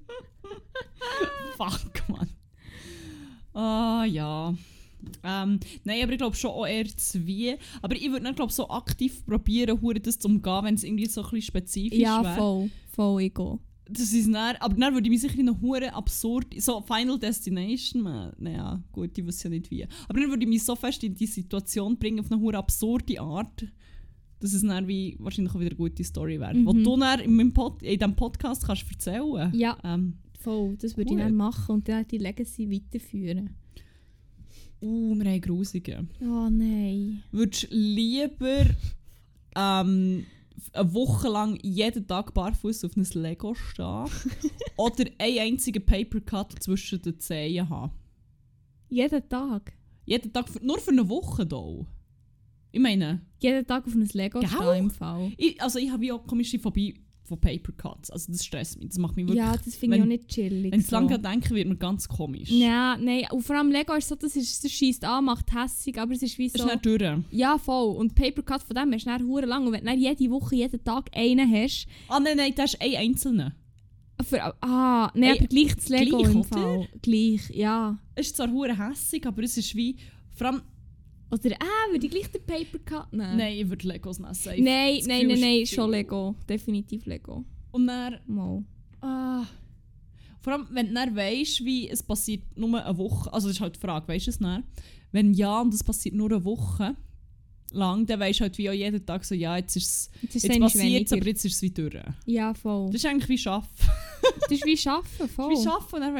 Fuck, man. Ah, ja. Ähm, nein, aber ich glaube schon auch eher zwei. Aber ich würde dann glaube so aktiv probieren, hure das zu umgehen, wenn es irgendwie so ein bisschen spezifisch Ja, wäre. voll. Voll, ich gehe. Das ist dann, aber dann würde ich mich sicher noch hure absurd, so Final Destination, man, naja, gut, ich weiß ja nicht wie. Aber dann würde ich mich so fest in die Situation bringen, auf eine hure absurde Art, dass es dann wie wahrscheinlich auch wieder eine gute Story wäre. Mhm. Wo du dann in, meinem Pod, in diesem Podcast kannst erzählen. Ja. Ähm, Voll, das würde ich Gut. dann machen und dann die Legacy weiterführen. uh, wir haben Grusige. Oh nein. Würdest du lieber ähm, eine Woche lang jeden Tag barfuß auf einem Lego stehen oder einen einzigen Papercut zwischen den Zehen haben? Jeden Tag? Jeden Tag, für, nur für eine Woche da. Ich meine, Jeden Tag auf einem Lego Gell? stehen im Fall. ich, also ich habe ja auch komische Phobie von Papercuts. Also das stresst mich, das macht mich wirklich... Ja, das finde ich wenn- auch nicht chillig. Wenn ich so. lange denke, wird mir ganz komisch. Ja, nein. Und vor allem Lego ist so, das, ist, das schießt an, macht hässig, aber es ist wie Das so... ist nicht durch. Ja, voll. Und Papercut von dem ist dann hure lang. Und wenn du dann jede Woche, jeden Tag einen hast... Ah nein, nein, das ist ein einzelner. Für, ah, nein, Ey, aber gleich das Lego gleich, im oder? Fall. Gleich, ja. Es ist zwar hure hässig, aber es ist wie... Vor allem... Oder, ah, würde ich gleich den Papercut nehmen? Nein, ich würde Legos nehmen. safe. Nein, Das nein, Gefühl nein, nein, ist- schon Lego. Definitiv Lego. Und dann... Mal. Ah, vor allem, wenn du dann weisst, wie es passiert nur eine Woche, also das ist halt die Frage, weisst du es dann? Wenn ja und es passiert nur eine Woche lang, dann weisst du halt wie auch jeden Tag so, ja, jetzt ist es, Das ist jetzt eigentlich passiert es, weniger. aber jetzt ist es wieder durch. Ja, voll. Das ist eigentlich wie Schaffen. Das ist wie Arbeiten, voll. Wie Schaffen und dann weisst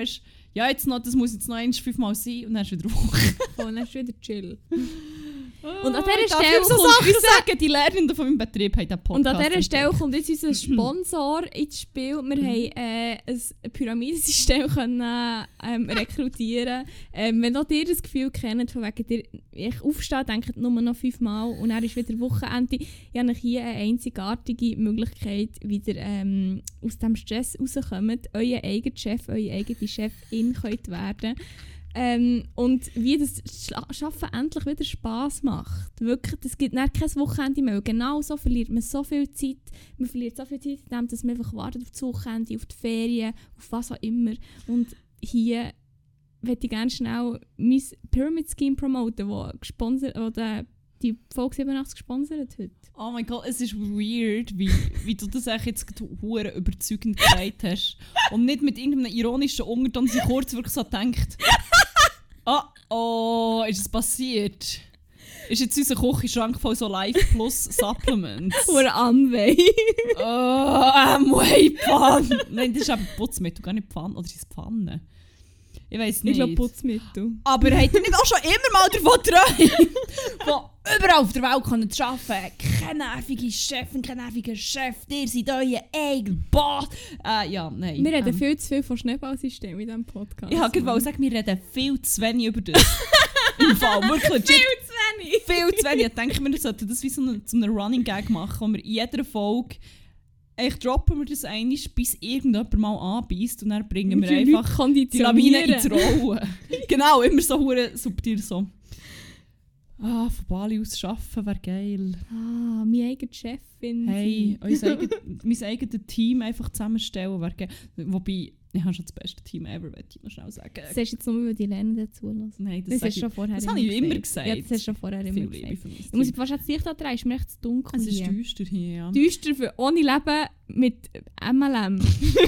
ja, jetzt noch, das muss jetzt noch eins fünfmal sein und dann ist wieder eine Woche. Und dann ist wieder chill. Oh, Und an dieser darf Stelle ich so kommt Sachen unser- sagen, die Lehrenden von meinem Betrieb haben diesen Podcast Und an dieser entdeckt. Stelle kommt jetzt unser Sponsor ins Spiel. Wir haben äh, ein Pyramidensystem können, ähm, rekrutieren. Ähm, wenn auch ihr das Gefühl kennt, von wegen ihr ich aufstehe, denkt nur noch fünfmal und dann ist wieder Wochenende. Ich habe euch hier eine einzigartige Möglichkeit, wie ihr ähm, aus diesem Stress rauskommt, euer eigener Chef, eure eigene Chefin könnt werden. Ähm, und wie das Schla- Arbeiten endlich wieder Spass macht. Wirklich, es gibt dann kein Wochenende mehr. Genau so verliert man so viel Zeit. Man verliert so viel Zeit, indem dass man einfach wartet auf das Wochenende, auf die Ferien, auf was auch immer. Und hier möchte ich gerne schnell mein Pyramid Scheme promoten, wo gesponsert, wo der, die Folge siebenundachtzig gesponsert hat. Oh mein Gott, es ist weird, wie, wie du das eigentlich jetzt gerade hure überzeugend gesagt hast. Und nicht mit irgendeinem ironischen Unterton, dass ich kurz wirklich so denkt, oh oh, ist es passiert? Ist jetzt unser Küchenschrank voll so Live Plus Supplements? Oder Amway. Oh, Amway Pfanne! Nein, das ist eben Putzmittel, gar nicht Pfanne. Oder ist es Pfanne? Ich weiß nicht. Ich glaube Putzmittel. Aber habt ihr nicht auch schon immer mal davon geträumt, wo überall auf der Welt können zu arbeiten? Kein nerviger Chef und kein nerviger Chef, ihr seid euer eigener Boss. Äh, ja, nein. Wir reden ähm, viel zu viel von Schneeballsystemen in diesem Podcast. Ich wollte gerade sagen, wir reden viel zu wenig über das. Im Fall, wirklich legit. Viel zu wenig! Viel zu wenig. Ich denke, wir sollten das wie so eine, so eine Running Gag machen, wo wir in jeder Folge eigentlich droppen wir das einmal, bis irgendjemand mal anbeißt und dann bringen wir einfach die Lawine ins Rollen. Genau, immer so hure subtil so. Ah, von Bali aus arbeiten wäre geil. Ah, meine eigene Chefin. Hey, unser eigen, mein eigenes Team einfach zusammenstellen wäre geil. Wobei, ich habe schon das beste Team ever, würde ich noch schnell sagen. Das hast du jetzt nur, weil die Lernen zulassen. Nein, das, Das sag hast du ich- schon vorher das habe ich immer gesagt. Ja, das hast du schon vorher Viel immer Liebe gesagt. für mein Ich muss Team. jetzt fast das Licht andrehen, es ist mir echt zu dunkel Es ist hier. düster hier, ja. Düster für ohne Leben mit M L M.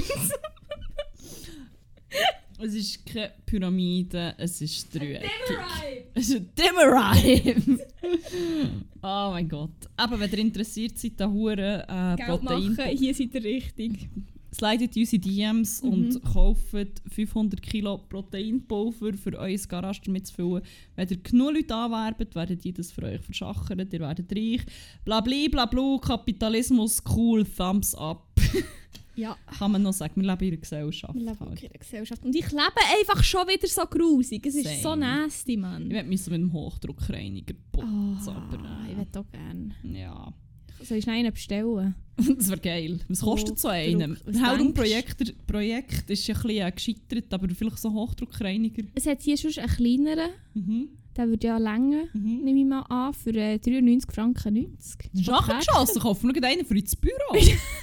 Es ist keine Pyramide, es ist dreieckig. Es ist ein Dimmerheim! Oh mein Gott. Aber wenn ihr interessiert seid, da hure äh, Geld Protein... machen, hier seid ihr richtig. Slidet in unsere D Ms Mhm. und kauft fünfhundert Kilo Proteinpulver für euer Garage damit zu füllen. Wenn ihr genug Leute anwerbt, werden die das für euch verschachern, ihr werdet reich. Blabli, blablu, Kapitalismus, cool, Thumbs up. Ja. Kann man noch sagen, wir leben in einer Gesellschaft. Wir leben halt. in einer Gesellschaft. Und ich lebe einfach schon wieder so grusig. Es ist Same. so nasty, Mann. Ich werde mich so mit dem Hochdruckreiniger putzen. Oh, aber, ich äh, will auch gerne. ja. Soll ich schnell einen bestellen? Das wäre geil. Was kostet so einen? Hochdruck. Was Das denkst Projekt, Projekt ist ja ein bisschen äh, gescheitert, aber vielleicht so Hochdruckreiniger. Es hat hier schon einen kleineren. Mhm. Der würde ja länger, Mhm. nehme ich mal an, für äh, dreiundneunzig Franken neunzig. Das ist nachgeschossen. Kaufen wir noch einen für ins Büro.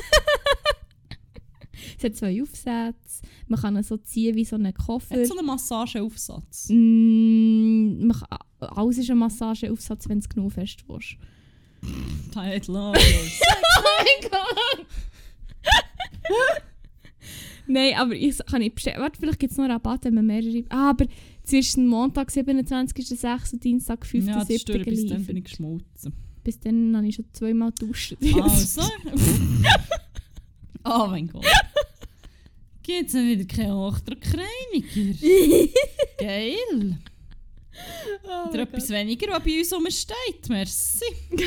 Es hat zwei Aufsätze. Man kann ihn so ziehen wie so einen Koffer. Hat so einen Massageaufsatz. Mm, man kann, alles ist ein Massageaufsatz, wenn du es genug fest willst. Tight love. Oh mein Gott! Nein, aber ich kann nicht bestellen. Warte, vielleicht gibt es noch Rabatt, wenn man mehrere... Ah, aber zwischen Montag siebenundzwanzigsten sechsten und Dienstag fünften Ja, das siebten stimmt. Bis dann geliefert. bin ich geschmolzen. Bis dann habe ich schon zweimal getauscht. Also. Oh mein Gott. Gibt es wieder keinen Hochdruckreiniger? Geil. Oh Oder etwas weniger, was bei uns rumsteht. Merci.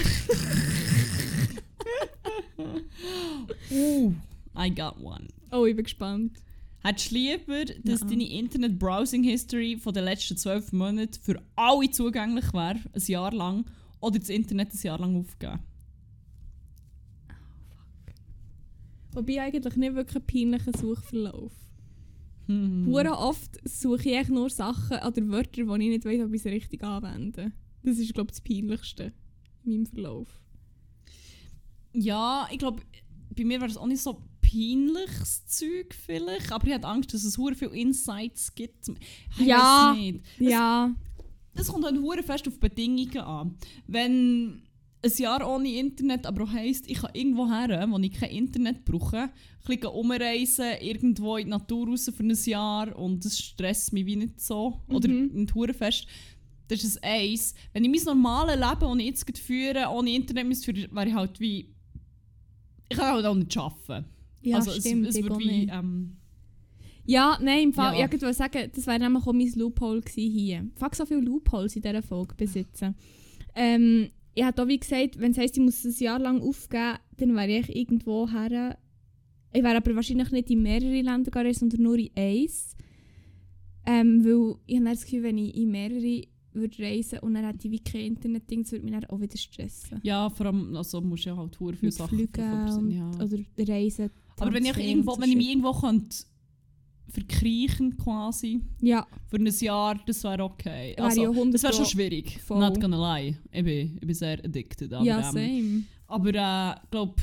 uh, I got one. Oh, ich bin gespannt. Hättest du lieber, dass Ja. deine Internet-Browsing-History von den letzten zwölf Monaten für alle zugänglich wäre, ein Jahr lang, oder das Internet ein Jahr lang aufgeben? Wobei eigentlich nicht wirklich einen peinlichen Suchverlauf. Hm. Hure oft suche ich echt nur Sachen oder Wörter, die ich nicht weiss, ob ich sie richtig anwende. Das ist, glaube ich, das Peinlichste in meinem Verlauf. Ja, ich glaube, bei mir wäre es auch nicht so peinliches Zeug vielleicht, aber ich hatte Angst, dass es hure viele Insights gibt. Ich Ja. weiss nicht. Ja. Es kommt halt hure fest auf Bedingungen an. Wenn ein Jahr ohne Internet aber auch heisst, ich kann irgendwo her, wo ich kein Internet brauche, ein bisschen umreisen, irgendwo in die Natur raus für ein Jahr und das stresst mich wie nicht so. Oder Mhm. nicht hure fest. Das ist das eins. Wenn ich mein normales Leben, das ich jetzt gerade führe, ohne Internet müsste führen, wäre ich halt wie... Ich kann halt auch nicht arbeiten. Ja, also stimmt. es, es ich wird auch wie... nicht. Ähm, Ja, nein, im Fall, Ja. ich wollte sagen, das wäre nämlich auch mein Loophole gewesen hier. Fuck, so viele Loopholes in dieser Folge besitzen. Ähm, ich habe auch wie gesagt, wenn es heisst, ich muss ein Jahr lang aufgeben, dann wäre ich irgendwo her. Ich wäre aber wahrscheinlich nicht in mehrere Länder gereist, sondern nur in eins. Ähm, weil ich habe das Gefühl, wenn ich in mehrere würde reisen und dann hätte ich wie kein Internet-Ding, das würde mich dann auch wieder stressen. Ja, vor allem, also musst du ja halt verdammt viele Mit Sachen Flügen verfolgen, und, ja. oder Reisen. Aber wenn ich, Transfer irgendwo, und so wenn ich mich Shit. irgendwo könnte verkriechen quasi, Ja, für ein Jahr, das wäre okay. wäre Also, ja hundert das wäre schon Pro schwierig, voll. not gonna lie. Ich bin, ich bin sehr addicted an Ja, dem. same. Aber äh, ich glaube,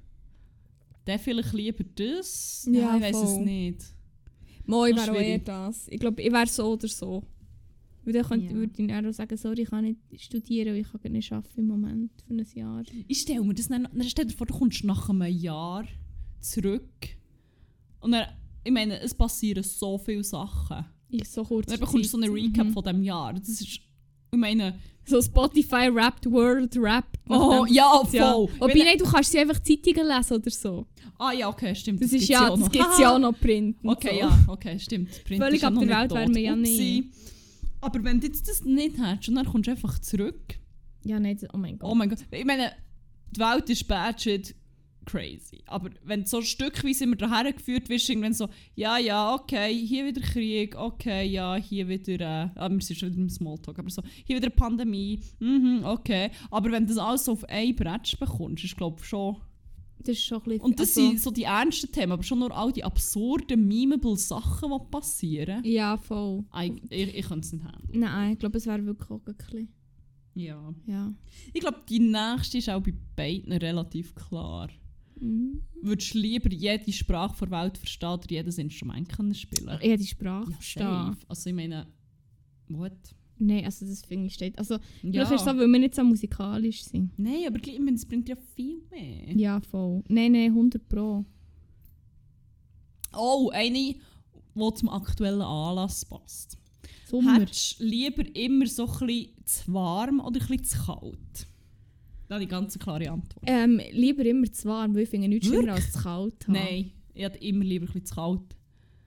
der vielleicht lieber das? Ja, ich weiß es voll. nicht. Moi, ich Das ist wäre auch eher schwierig. das. Ich glaube, ich wäre so oder so. Weil dann könnte, Ja. würde ich dann auch sagen, sorry, ich kann nicht studieren, weil ich kann nicht arbeiten im Moment für ein Jahr. Ich stelle mir das dann, dann stell dir vor, du kommst nach einem Jahr zurück und dann, ich meine, es passieren so viele Sachen. In so kurz. Und dann bekommst du so eine Recap Mhm. von diesem Jahr. Das ist, ich meine, So Spotify Wrapped, World Wrapped. oh, nachdem- ja, ja. voll. Wobei, Wenn- nein, du kannst sie einfach Zeitungen lesen oder so. Ah ja, okay, stimmt. Das, ist gibt's ja, auch das noch. gibt es ja auch noch Print. und Okay, so. ja, okay, stimmt. Print Völlig ist ja ab noch der nicht Welt tot. wären wir ja Upsi. nicht. Aber wenn du jetzt das nicht hättest und dann kommst du einfach zurück. Ja, nein, das- oh mein Gott. Oh mein Gott. Ich meine, die Welt ist bad shit crazy. Aber wenn du so stückweise immer daher geführt wirst, irgendwann so, ja, ja, okay, hier wieder Krieg, okay, ja, hier wieder, äh, ah, wir sind schon wieder im Smalltalk, aber so, hier wieder Pandemie, mhm, okay. Aber wenn du das alles so auf ein Brett bekommst, ist glaube ich schon... Das ist schon ein bisschen... Und das also, sind so die ernsten Themen, aber schon nur all die absurden, memeable Sachen, die passieren. Ja, voll. Ich, ich, ich kann es nicht handeln. Nein, ich glaube, es wäre wirklich auch ein bisschen... Ja. Ja. Ich glaube, die nächste ist auch bei beiden relativ klar. Mhm. Würdest du lieber jede Sprache der Welt verstehen oder jedes Instrument können spielen? Ich habe die Sprache Ja, verstehen. safe. Also ich meine, what? Nein, also das finde ich steht. Also, Ja. vielleicht ist es so, weil wir nicht so musikalisch sind. Nein, aber gleich, ich meine, es bringt ja viel mehr. Ja, voll. Nein, nein, hundert Pro. Oh, eine, die zum aktuellen Anlass passt. Sommer. Hättest du lieber immer so ein bisschen zu warm oder ein bisschen zu kalt? Das ist die ganz klare Antwort. Ähm, lieber immer zu warm, weil ich finde nichts schlimmer Wirklich? als zu kalt haben. Nein, ich hätte immer lieber ein bisschen zu kalt.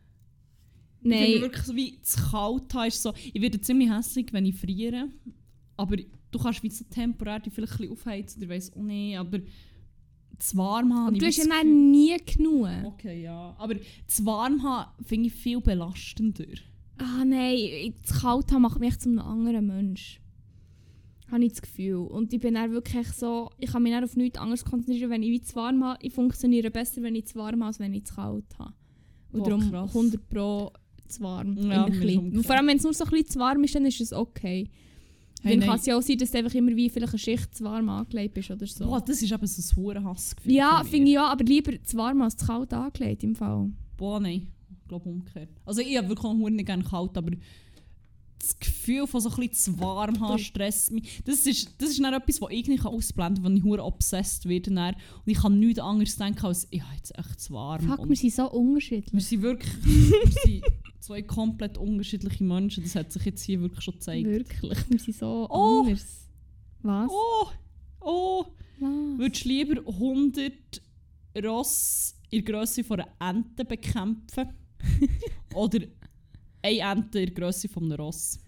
Ich finde Nein. wirklich so wie zu kalt haben ist so, ich werde ziemlich hässlich, wenn ich friere. Aber du kannst wie so temporär dich vielleicht ein bisschen aufheizen oder weiss auch nicht, aber zu warm haben... Aber ich du hast ja das dann nie genug. Okay, ja. Aber zu warm haben finde ich viel belastender. Ah nein, ich- zu kalt haben macht mich echt zu einem anderen Mensch. Habe ich das Gefühl. Und ich bin dann wirklich so, ich kann mich dann auf nichts anderes konzentrieren, wenn ich wie zu warm habe. Ich funktioniere besser, wenn ich zu warm habe, als wenn ich zu kalt habe. Und Boah, darum krass. hundert Pro zu warm. Ja, Immer ein mir bisschen. schon Und vor allem, wenn es nur so ein bisschen zu warm ist, dann ist es okay. Hey, Dann nein. kann es ja auch sein, dass du einfach immer wie vielleicht eine Schicht zu warm angelegt bist oder so. Boah, das ist eben so ein verdammtes Hassgefühl. Ja, von mir. finde ich ja, aber lieber zu warm als zu kalt angelegt im Fall. Boah, nein. Ich glaube umgekehrt. Also ich habe wirklich auch nicht gerne kalt, aber das Gefühl von so ein bisschen zu warm haben stresst mich. Das ist, das ist dann etwas, was ich nicht ausblenden kann, wenn ich hure obsessed werde. Dann. Und ich kann nichts anderes denken als, ich habe jetzt echt zu warm. Fuck, Und wir sind so wir unterschiedlich. sind wirklich wir sind zwei komplett unterschiedliche Menschen. Das hat sich jetzt hier wirklich schon gezeigt. Wirklich, wir sind so Oh. anders. Was? Oh, oh. Was? Würdest du lieber hundert Ross in der Grösse von einer Ente bekämpfen? Oder eine Ente in der Grösse von einem Ross?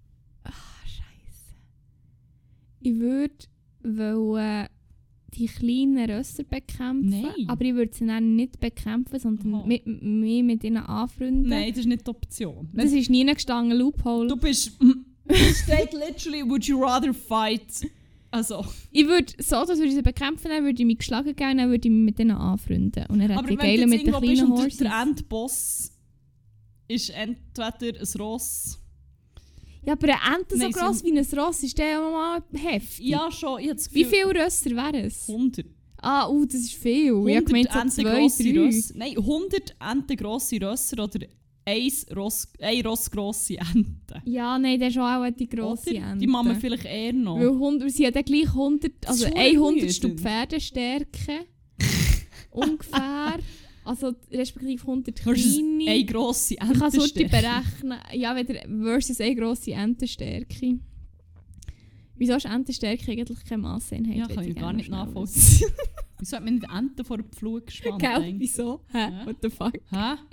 Scheiße. Ich würde wollen die kleinen Rösser bekämpfen. Nein. Aber ich würde sie dann nicht bekämpfen, sondern Aha. mit, mich mit ihnen anfreunden. Nein, das ist nicht die Option. Das ist nie gestanden, Loophole. Du bist... Es steht literally, would you rather fight... Also... Ich würde so, dass würde ich sie bekämpfen, dann würde ich mich geschlagen geben, dann würde ich mich mit ihnen anfreunden. Und dann Aber hätte ich wenn du geile jetzt mit den irgendwo bist kleinen und Horses. der Endboss ist entweder ein Ross... Ja, aber eine Ente so Nein, gross sie- wie ein Ross ist der auch mal heftig. Ja, schon. Ich habe das Wie Gefühl... viele Rösser wären es? hundert. Ah, uh, das ist viel. Ich habe gemeint so Enten zwei, grosse drei. Rösser. Nein, hundert Enten grosse Rösser oder ein Ross, ein Ross grosse Ente. Ja, nein, der ist auch die grosse Oder? Ente. Die machen wir vielleicht eher noch. Weil hundert, sie haben dann gleich hundert, Das also ist verdammt hundertstel wütend. Pferdestärke. Ungefähr. Also respektive hundert Versus kleine. eine grosse Ich kann es heute Entenstärke. berechnen. Ja, wieder versus eine grosse Entenstärke. Wieso ist Entenstärke eigentlich keine Masseinheit? Ja, Würde kann ich gerne gar nicht schnell nachvollziehen. Wieso hat man nicht Enten vor den Pflug gespannt? wissen. Gell? eigentlich? Wieso? Hä? Ja. What the fuck? Hä?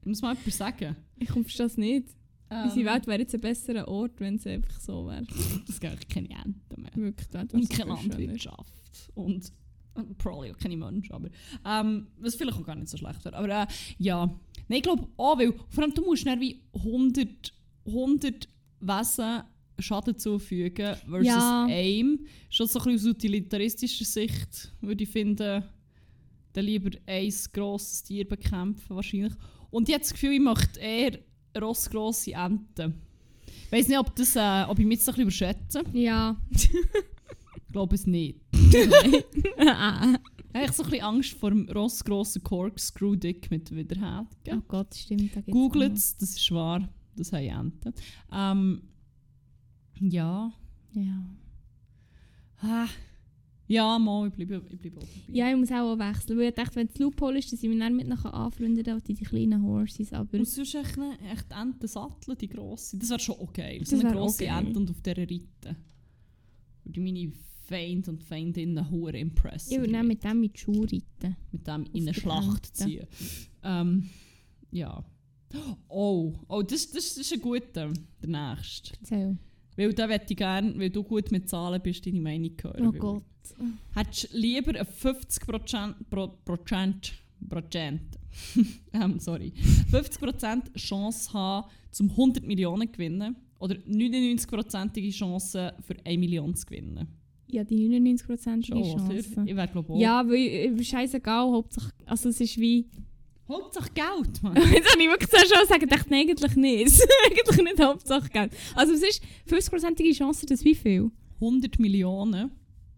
Muss mal jemand sagen. Ich verstehe das nicht. Ähm, Unsere Welt wäre jetzt ein besserer Ort, wenn es einfach so wäre. Das gibt eigentlich keine Enten mehr. Wirklich, das Und keine Landwirtschaft. Und probably auch keine Menschen. Aber, ähm, was vielleicht auch gar nicht so schlecht wäre. Aber äh, ja. Nein, ich glaube auch, weil vor allem du musst dann wie hundert, hundert Wesen Schaden zufügen versus Ja. einem. Schon so ein bisschen aus utilitaristischer Sicht würde ich finden, dann lieber ein grosses Tier bekämpfen wahrscheinlich. Und ich habe das Gefühl, ich möchte eher rossgrosse Enten. Ich weiss nicht, ob, das, äh, ob ich mich jetzt ein bisschen überschätze. Ja. Ich glaube es nicht. Ah. Ich habe so ein bisschen Angst vor dem rossgrossen Corkscrew-Dick mit Widerhätigen. Oh Gott, stimmt. Da gibt's Googelt auch es, das ist wahr. Das haben Enten. Ähm, ja. noch. Ja. Ah. Ja, mal, ich bleibe, ich bleibe auch dabei. Ja, ich muss auch wechseln. Weil ich dachte, wenn es Loophole ist, dass ich mich dann mit nachher anfreunden kann, die, die kleinen Horses. Aber Und sonst echt, ne, echt Enten satteln, die grosse. Das wäre schon auch geil. Das So eine wär auch grosse geil. Ente und auf dieser reiten. Würde meine Feinde und Feindinnen hure impressen. ich würde dann mit dem in die Schuhe reiten. mit dem in eine der Schlacht Ente. ziehen. Ähm, ja. Oh, oh das, das, das ist ein guter, der nächste. Erzähl. Weil da möchte ich gerne, weil du gut mit Zahlen bist, deine Meinung hören. Oh Weil- Gott. Hättest du lieber eine fünfzig Prozent, Pro, Prozent, Prozent ähm, sorry, fünfzig Prozent Chance haben, zum hundert Millionen zu gewinnen oder neunundneunzig Prozentige Chance für eine Million zu gewinnen? Ja, die neunundneunzig Prozent Schon, oder? Chance. Ich wäre glaube auch. Ja, weil äh, scheißegal, Hauptsache, also es ist wie... Hauptsache Geld, Mann. Jetzt habe ich wirklich zuerst schon gesagt, ich dachte, nein, eigentlich nicht. Es ist eigentlich nicht Hauptsache Geld. Also es ist fünfzig Prozentige Chance, das wie viel? hundert Millionen.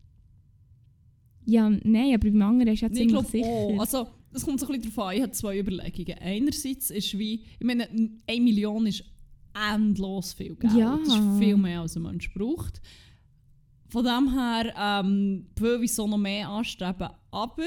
Ja, nein, aber beim anderen ist ja Nee, ich ziemlich glaube sicher. auch. Also, das kommt so ein bisschen darauf an. Ich habe zwei Überlegungen. Einerseits ist wie, ich meine, eine Million ist endlos viel Geld. Ja. Das ist viel mehr, als ein Mensch braucht. Von dem her ähm, will ich so noch mehr anstreben. Aber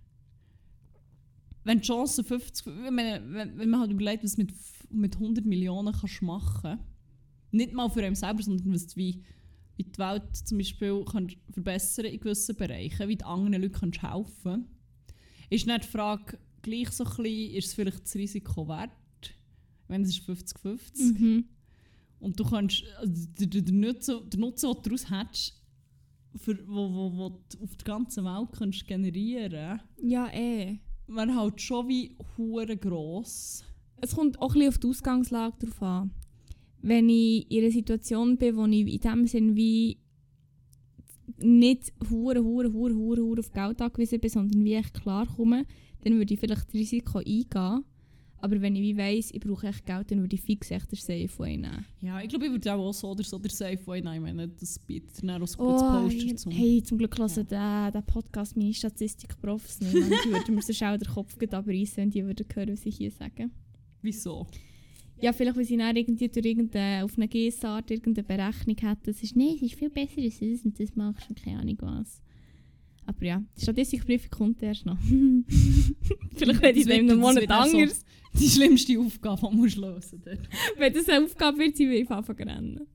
wenn die Chance fünfzig... Ich meine, wenn, wenn man halt überlegt, was du mit, mit hundert Millionen kannst machen, nicht mal für einen selber, sondern was du wie, wie die Welt zum Beispiel kannst verbessern in gewissen Bereichen, wie die anderen Leute kannst helfen, ist nicht die Frage gleich so ein bisschen, ist es vielleicht das Risiko wert, wenn es ist fünfzig fünfzig. Mhm. Und du kannst, also der, der, der, Nutzen, der Nutzen, den du daraus hättest, für, wo, wo, wo du auf der ganzen Welt kannst generieren, Ja, eh. wäre halt schon wie hure gross. Es kommt auch ein bisschen auf die Ausgangslage drauf an. Wenn ich in einer Situation bin, wo ich in dem Sinn wie nicht hure, hure, hure, hure, hure auf Geld angewiesen bin, sondern wie ich klarkomme, dann würde ich vielleicht das Risiko eingehen. Aber wenn ich wie weiss, ich brauche echt Geld, dann würde ich fix echt den Safe einnehmen. Ja, ich glaube, ich würde auch so oder so der Safe einnehmen. Ich meine, das bietet dann auch ein gutes Oh, Poster zum... hey, zum Glück hören ja. den, den Podcast meine Statistikprofs nicht. Man, die würden mir so schnell den Kopf abreißen, wenn die würden hören, was ich hier sage. Wieso? Ja, vielleicht, weil sie dann irgendwie durch irgendeine, auf einer G S-Art irgendeine Berechnung hat, das ist, nein, es ist viel besser als das und das machst und keine Ahnung was. Aber ja, die Statistikprüfung kommt erst noch. Vielleicht rede ich Das in wird- einem das Monat wird auch so anders. Die schlimmste Aufgabe, die du lösen musst. Wenn das eine Aufgabe wird, sie will ich anfangen zu rennen.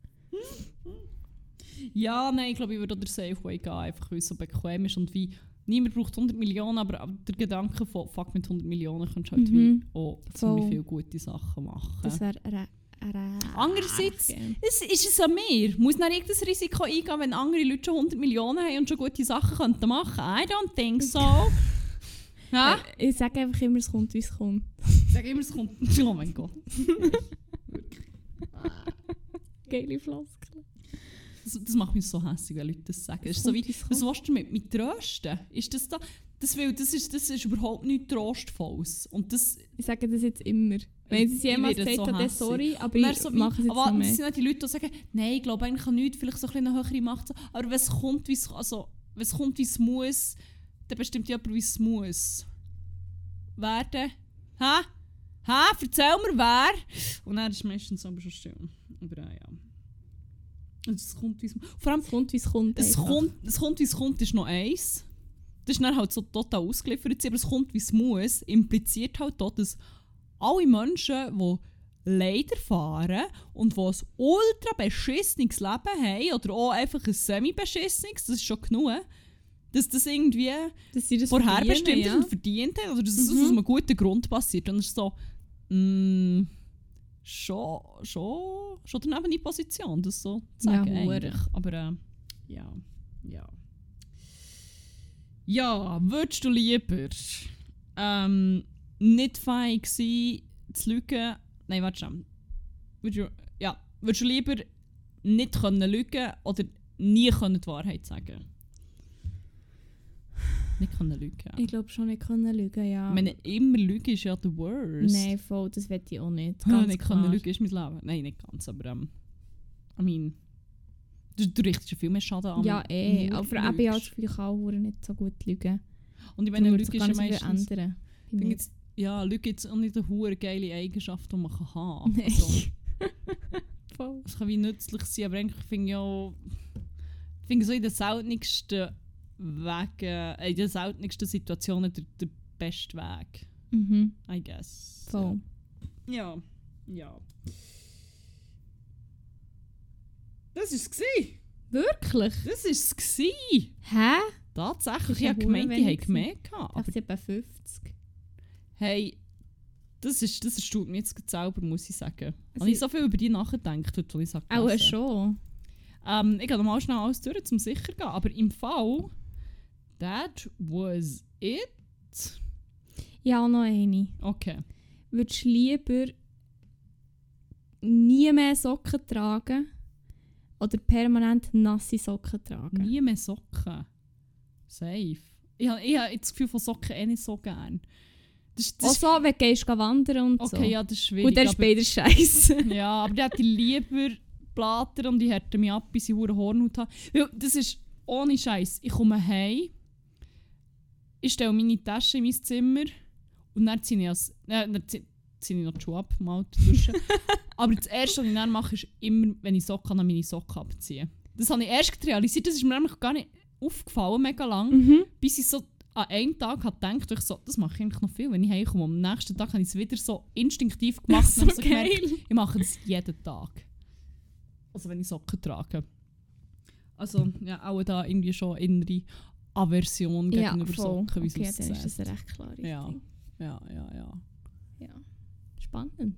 Ja, nein, ich glaube, ich würde auch der Safe Way gehen, einfach weil es so bequem ist und wie niemand braucht hundert Millionen, aber der Gedanke von fuck mit hundert Millionen kannst du halt Mhm. wie auch Voll. ziemlich viele gute Sachen machen. Das wäre eine... eine Andererseits es ist es an mir. Muss nicht irgendein Risiko eingehen, wenn andere Leute schon hundert Millionen haben und schon gute Sachen könnten machen. I don't think so. Ja? Äh, Ich sage einfach immer, es kommt, wie es kommt. Ich sage immer, es kommt... Oh mein Gott. Geile Floskel. Das, das macht mich so hässlich, wenn Leute das sagen. Es ist so wie, was willst du mit, mit trösten? Ist das da... Das, will, das, ist, das ist überhaupt nichts Trostvolles. Und das... Ich sage das jetzt immer. Wenn ich es jemals werde gesagt so habe, dann hässig. sorry, aber Und dann ich so wie, mache es jetzt aber noch das mehr. sind auch die Leute, die sagen, nein, ich glaube eigentlich kann nichts, vielleicht so ein bisschen eine höhere Macht. Aber wenn es kommt, wie es, also, wenn es kommt, wie es muss, dann bestimmt jemand, wie es muss werden. Hä? Hä? Erzähl mir, wer? Und dann ist es meistens aber schon still. Aber ja, ja. Und es kommt, wie es muss. Vor allem, Es kommt, wie es kommt. es einfach. kommt, es kommt, wie es kommt, ist noch eins. Das ist dann halt so total ausgeliefert, aber es kommt, wie es muss, impliziert halt auch, dass alle Menschen, die Leid erfahren und die ein ultra beschissenes Leben haben oder auch einfach ein semi-beschissenes, das ist schon genug, dass das irgendwie Dass sie das vorherbestimmt verdienen, ist ja. und verdient haben oder dass es Mhm. aus einem guten Grund passiert. Und es ist so, Mm, schon, schon, schon daneben die Position, das so zu Ja, sagen. hure. eigentlich. Aber äh, ja, ja. Ja, würdest du lieber ähm, nicht fähig sein, zu lügen? Nein, warte schon. Würdest du, ja, würdest du lieber nicht können lügen oder nie können die Wahrheit sagen? Nicht können lügen. Ich glaube schon nicht können lügen, ja. Ich meine, immer lügen ist ja the worst. Nein, voll, das will ich auch nicht. Ja, Ganz nicht klar. können lügen ist mein Leben. Nein, nicht ganz, aber ähm, I mean, du, du richtest ja viel mehr Schaden an. Ja, eh. nur Aber du eben, ich habe das lügst. Gefühl, ich kann auch nicht so gut lügen. Und ich Dann meine, würde Lüge sich ist ja gar nicht so viel meistens... ändern. bei Ich mir. jetzt, ja, Lüge ist auch nicht eine hure geile Eigenschaft, die man kann haben kann. Nein. Also, Voll. es kann wie nützlich sein, aber eigentlich finde ich auch... Ich finde so in den seltensten Wegen, äh, in den seltensten Situationen der, der beste Weg. Mhm. I guess. Voll. Ja. Ja. Das war es. gewesen. Wirklich? Das war es. gewesen. Hä? Tatsächlich. Das ist Ich ja habe gemeint, ich wenig hätte mehr gehabt. Ich Aber dachte, etwa fünfzig. hey, das, ist, das erstaunt mich jetzt selber, muss ich sagen. Also Habe ich so viel über die nachgedacht, heute, wo ich sage. Auch schon. Ähm, ich gehe nochmal schnell alles durch, um sicher zu gehen. Aber im Fall, that was it. Ja, noch eine. Okay. Würdest du lieber nie mehr Socken tragen oder permanent nasse Socken tragen? Nie mehr Socken. Safe. Ich habe, ich habe das Gefühl von Socken eh nicht so gern. Das, das Auch so, wenn du gehst wandern und okay, so. ja, das ist schwierig. Und dann ist aber- beides scheiße. Ja, aber die hätte ich lieber Blatter und die hätten mich ab, bis ich hure Hornhaut habe. Weil das ist ohne Scheiß. Ich komme heim, ich stelle meine Tasche in mein Zimmer und dann ziehe ich, als, äh, dann ziehe ziehe ich noch die Schuhe ab, mal duschen. Aber das Erste, was ich dann mache, ist immer, wenn ich Socken habe, meine Socken abziehen. Das habe ich erst realisiert, das ist mir nämlich gar nicht aufgefallen, mega lang, Mhm. bis ich so an einem Tag habe gedacht, ich so, das mache ich eigentlich noch viel, wenn ich heimkomme. Am nächsten Tag habe ich es wieder so instinktiv gemacht. So und habe so gemerkt, geil. ich mache das jeden Tag. Also wenn ich Socken trage. Also ja, auch da irgendwie schon innere Aversion Ja, gegenüber voll. Socken, wie Okay, es dann ist aussieht. das eine recht klare Ja. Richtung. Ja, ja, ja. Ja. Spannend.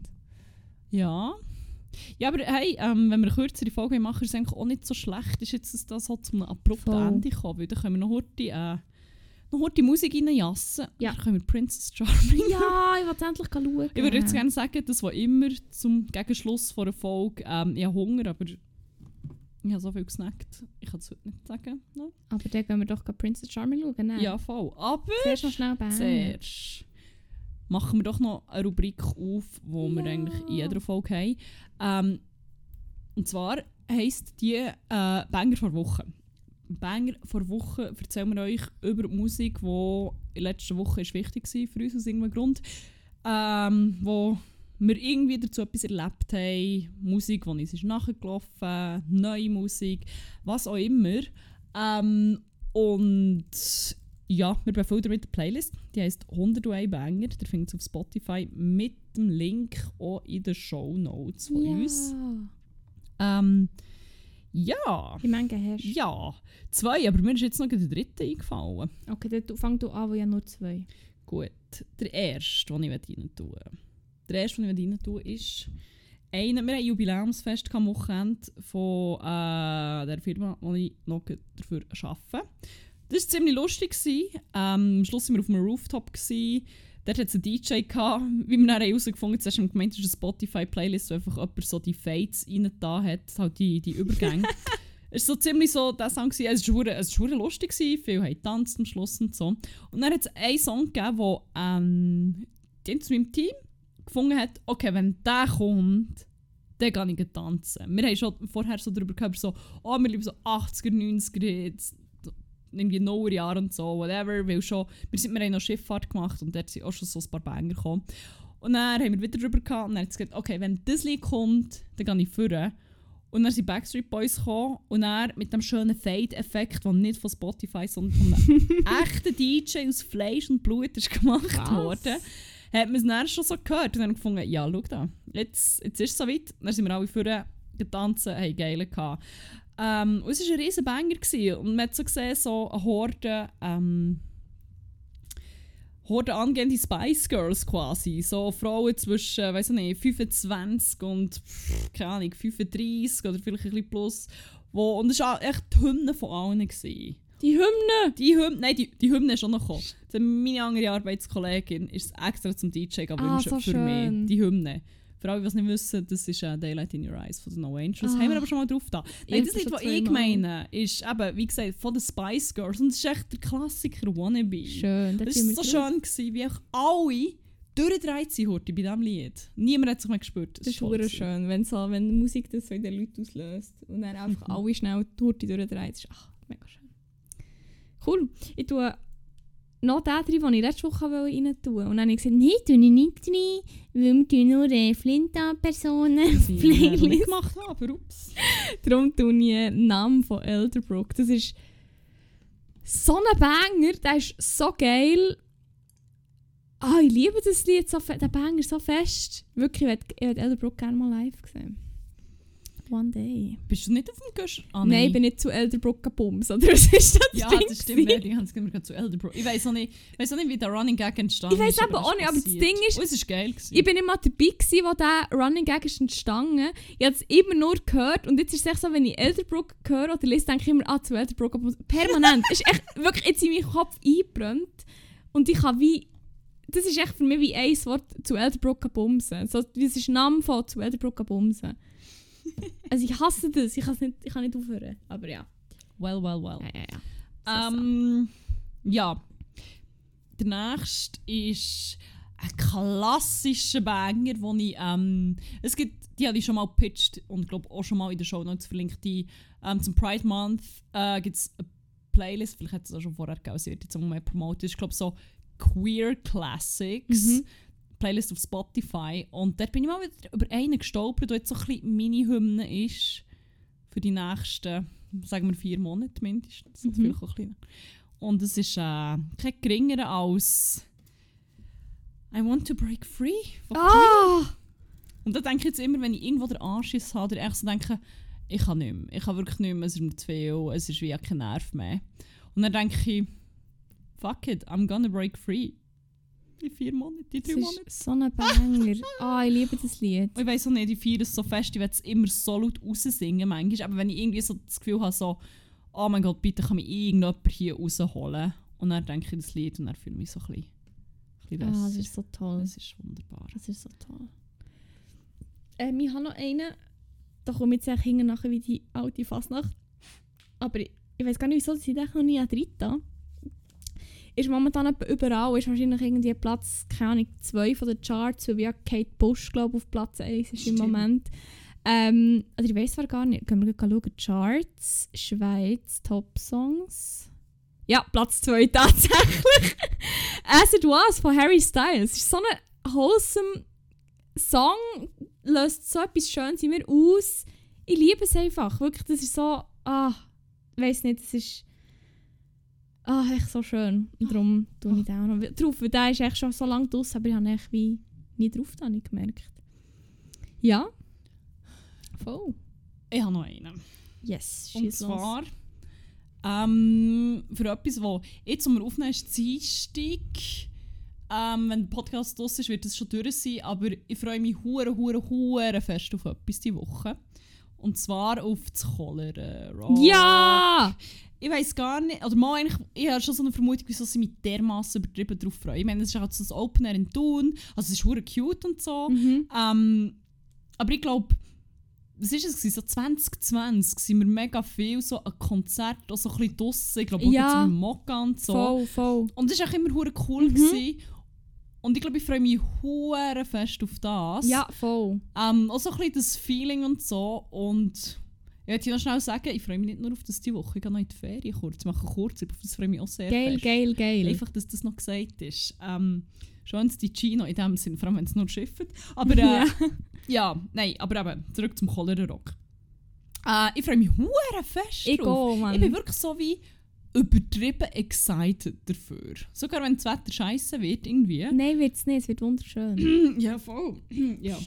Ja. Ja, aber hey, ähm, wenn wir eine kürzere Folge machen, ist es eigentlich auch nicht so schlecht, ist jetzt, dass das so zu einem abrupten Voll. Ende kommen, weil dann können wir noch heute, äh, noch heute Musik reinjassen. Ja. Dann können wir Princess Charming. Ja, ich wollte endlich schauen. Ich würde jetzt gerne sagen, das war immer zum Gegenschluss von einer Folge. Ähm, ich habe Hunger, aber ich habe so viel gesnackt. Ich kann es heute nicht sagen. No? Aber dann gehen wir doch gerade Princess Charming schauen. Nein. Ja, voll. Aber Zuerst noch schnell Bang. zuerst machen wir doch noch eine Rubrik auf, die wir Ja. eigentlich in jeder Folge haben. Ähm, und zwar heisst die äh, Banger vor Woche. Banger vor Woche erzählen wir euch über die Musik, die in der letzten Woche ist wichtig war für uns aus irgendeinem Grund. Ähm, wo wir irgendwie dazu etwas erlebt haben. Musik, die uns ist nachgelaufen, neue Musik, was auch immer. Ähm, und ja, wir befüllen mit der Playlist. Die heisst hundertundeins Banger. Ihr findet es auf Spotify mit dem Link auch in den Shownotes von ja. uns. Ähm, ja. Wie viele hast du? Ja. Zwei, aber mir ist jetzt noch der dritte eingefallen. Okay, dann du- fang du an, wo ja nur zwei. Gut. Der erste, den ich rein tun will. Der erste, den ich rein tun will, ist einer, wir hatten ein Jubiläumsfest am Wochenende von äh, der Firma, die ich noch dafür arbeite. Das war ziemlich lustig. Ähm, am Schluss waren wir auf einem Rooftop. Gewesen. Dort hatte es einen D J, gehabt, wie wir dann herausgefunden haben. Zuerst haben wir gemeint, das ist eine Spotify-Playlist, wo einfach jemand so die Fades rein da hat, halt die, die Übergänge. Es war so ziemlich so der Song. Gewesen. Es war es war lustig, gewesen. Viele haben getanzt am Schluss und so. Und dann hat es einen Song gegeben, wo ähm, die aus meinem Team gefunden hat, okay, wenn der kommt, dann gehe ich tanzen. Wir haben schon vorher so darüber gehört, so, oh, wir lieben so achtziger, neunziger, jetzt, irgendwie Nullerjahre und so, whatever, weil schon, wir, sind, wir haben noch Schifffahrt gemacht und dort sind auch schon so ein paar Banger gekommen. Und dann haben wir wieder darüber gehabt und dann hat es gesagt, okay, wenn das Lied kommt, dann gehe ich führen. Und dann sind Backstreet Boys gekommen und dann mit dem schönen Fade-Effekt, der nicht von Spotify, sondern von einem echten D J aus Fleisch und Blut ist gemacht Was? worden, hat man es dann schon so gehört und dann gefunden, ja, schau da, jetzt, jetzt ist es soweit. Dann sind wir alle führen, getanzt, haben geile gehabt. Ähm, und es war ein riesen Banger gewesen. Und man hat so gesehen, so eine Horde, ähm, Horde angehende Spice Girls quasi. So Frauen zwischen, weiss ich nicht, fünfundzwanzig und, pff, keine Ahnung, fünfunddreissig oder vielleicht ein bisschen plus. Wo, und das war echt die Hymne von allen. Gewesen. Die Hymne? Die Hymne, nein, die, die Hymne ist schon noch gekommen. Meine andere Arbeitskollegin ist extra zum D J gewünscht Ah, so für schön. mich. Die Hymne. Für alle, die es nicht wissen, das ist uh, Daylight in Your Eyes von den No Angels. Ah. Haben wir aber schon mal drauf da. Nein, das Ich Lied, hab was schon ich zweimal. meine, ist eben, wie gesagt, von den Spice Girls. Und das ist echt der Klassiker Wannabe. Schön. Das war so schön, gewesen, wie auch alle durchgedreht sind heute bei diesem Lied. Niemand hat sich mehr gespürt. Das ist toll super gewesen. schön, wenn, so, wenn die Musik das so in den Leuten auslöst und dann einfach Mhm. alle schnell die Hurti durchdreht. Das ist ach, mega schön. Cool. Ich tue noch den drin, den ich letzte Woche rein tun wollte. Und dann habe ich gesagt, nein, tue ich nicht rein, weil wir tun nur äh, Flinta-Personen auf Die ich nicht Playlist. gemacht habe, aber ups. Darum tue ich den Namen von Elderbrook. Das ist so ein Banger, der ist so geil. Ah, ich liebe das Lied, so fe- der Banger so fest. Wirklich, ich hätte ich hätte Elderbrook gerne mal live gesehen. One day. Bist du nicht auf dem Gusch? Ah, Nein, ich bin nicht zu Elderbrook gebumst. Oder was ist das Ja, Ding das stimmt. Ja, gewesen? die haben es gerade zu Elderbrook. Ich weiß auch nicht, weiss auch nicht, wie der Running Gag entstanden Ich weiss ist. eben auch nicht, aber das passiert. Ding ist- Oh, es ist geil gewesen. Ich bin immer dabei gewesen, wo der Running Gag ist entstanden. Ich habe es immer nur gehört und jetzt ist es echt so, wenn ich Elderbrook höre oder lese, denke ich immer, ah, zu Elderbrook. Aber permanent. Es ist echt wirklich jetzt in meinem Kopf eingebrannt. Und ich habe wie... Das ist echt für mich wie ein Wort zu Elderbrook bumsen. So, das ist ein Name von zu Elderbrook bumsen. Also ich hasse das, ich, nicht, ich kann nicht aufhören. Aber ja. Well, well, well. Ja, ja, ja. So, Ähm, ja. Der nächste ist ein klassischer Banger, wo ich, ähm, es gibt, die habe ich schon mal gepitcht und glaube auch schon mal in der Shownotes verlinkt. Die, ähm, zum Pride Month äh, gibt es eine Playlist, vielleicht hat es auch schon vorher gegeben, sie wird jetzt auch mehr promotet. Ich glaube so Queer Classics. Mhm. Playlist auf Spotify. Und dort bin ich mal wieder über einen gestolpert, der jetzt so ein bisschen Mini-Hymne ist. Für die nächsten, sagen wir, vier Monate mindestens. Mhm. Vielleicht auch ein bisschen. Und es ist äh, kein geringerer als I Want to Break Free von Queen. Ah! Und da denke ich jetzt immer, wenn ich irgendwo den Anschiss habe, oder echt so denke, ich kann nicht mehr. Ich kann wirklich nicht mehr, es ist mir zu viel, es ist wie kein Nerv mehr. Und dann denke ich, fuck it, I'm gonna break free. Die vier Monate, die drei Das Monate. ist so ein Banger. Ah, ich liebe das Lied. Ich weiss auch nicht, ich feiere es so fest, ich will es immer so laut raussingen manchmal. Aber wenn ich irgendwie so das Gefühl habe, so, oh mein Gott, bitte kann mich irgendjemand hier rausholen. Und dann denke ich das Lied und dann fühle ich mich so ein bisschen, ein bisschen besser. Ah, das ist so toll. Das ist wunderbar. Das ist so toll. Ähm, ich habe noch einen, da komme ich jetzt eigentlich hinten nachher wie die alte Fasnacht. Aber ich, ich weiß gar nicht, wieso dass ich den noch nie drin habe. Ist momentan etwa überall, ist wahrscheinlich irgendwie Platz, keine Ahnung, zwei von den Charts, weil ja Kate Bush, glaube ich, auf Platz eins ist im Stimmt. Moment. Ähm, also ich weiß zwar gar nicht, können wir mal schauen, Charts, Schweiz, Top Songs. Ja, Platz zwei tatsächlich. As It Was von Harry Styles. Es ist so ein wholesome Song, löst so etwas Schönes in mir aus. Ich liebe es einfach, wirklich, das ist so, ah, ich weiss nicht, das ist ah, echt so schön. Und darum tue ich den auch noch drauf, weil der ist echt schon so lange draus, aber ich habe echt wie nie drauf da nicht gemerkt. Ja. Voll. Ich habe noch einen. Yes, Und schieß los. zwar ähm, für etwas, wo jetzt, um wir aufnehmen, ist Dienstag. Ähm, wenn der Podcast draus ist, wird es schon durch sein. Aber ich freue mich hure, hure, hure fest auf etwas diese Woche. Und zwar auf das Cholera Rock. Ja! Ich weiss gar nicht, oder mal eigentlich, ich habe schon so eine Vermutung, wieso sie mich dermassen übertrieben darauf freuen. Ich meine, es ist halt so das Open Air in Thun, also es ist hure cute und so. Mhm. Ähm, aber ich glaube, was war es? gewesen? So zwanzig zwanzig sind wir mega viel so ein Konzert, auch so ein bisschen draussen, ich glaube auch Ja. jetzt mit Mokka und so. Voll, voll. Und das war auch immer hure cool. Mhm. Gewesen. Und ich glaube, ich freue mich hure fest auf das. Ja, voll. Ähm, auch so ein bisschen das Feeling und so. Und ich möchte noch schnell sagen, ich freue mich nicht nur auf das diese Woche, ich gehe noch in die Ferien kurz, ich mache kurz, auf das freue ich mich auch sehr Geil, fest. geil, geil. Einfach, dass das noch gesagt ist. Ähm, schön, die Chino in dem Sinn, vor allem wenn es nur schifft. Aber äh, Ja. ja, nein, aber eben, zurück zum Cholera Rock. Äh, ich freue mich hure fest Ich drauf. auch, Mann. Ich bin wirklich so wie übertrieben excited dafür. Sogar wenn das Wetter scheiße wird, irgendwie. Nein, wird es nicht, es wird wunderschön. Ja, voll. Ja.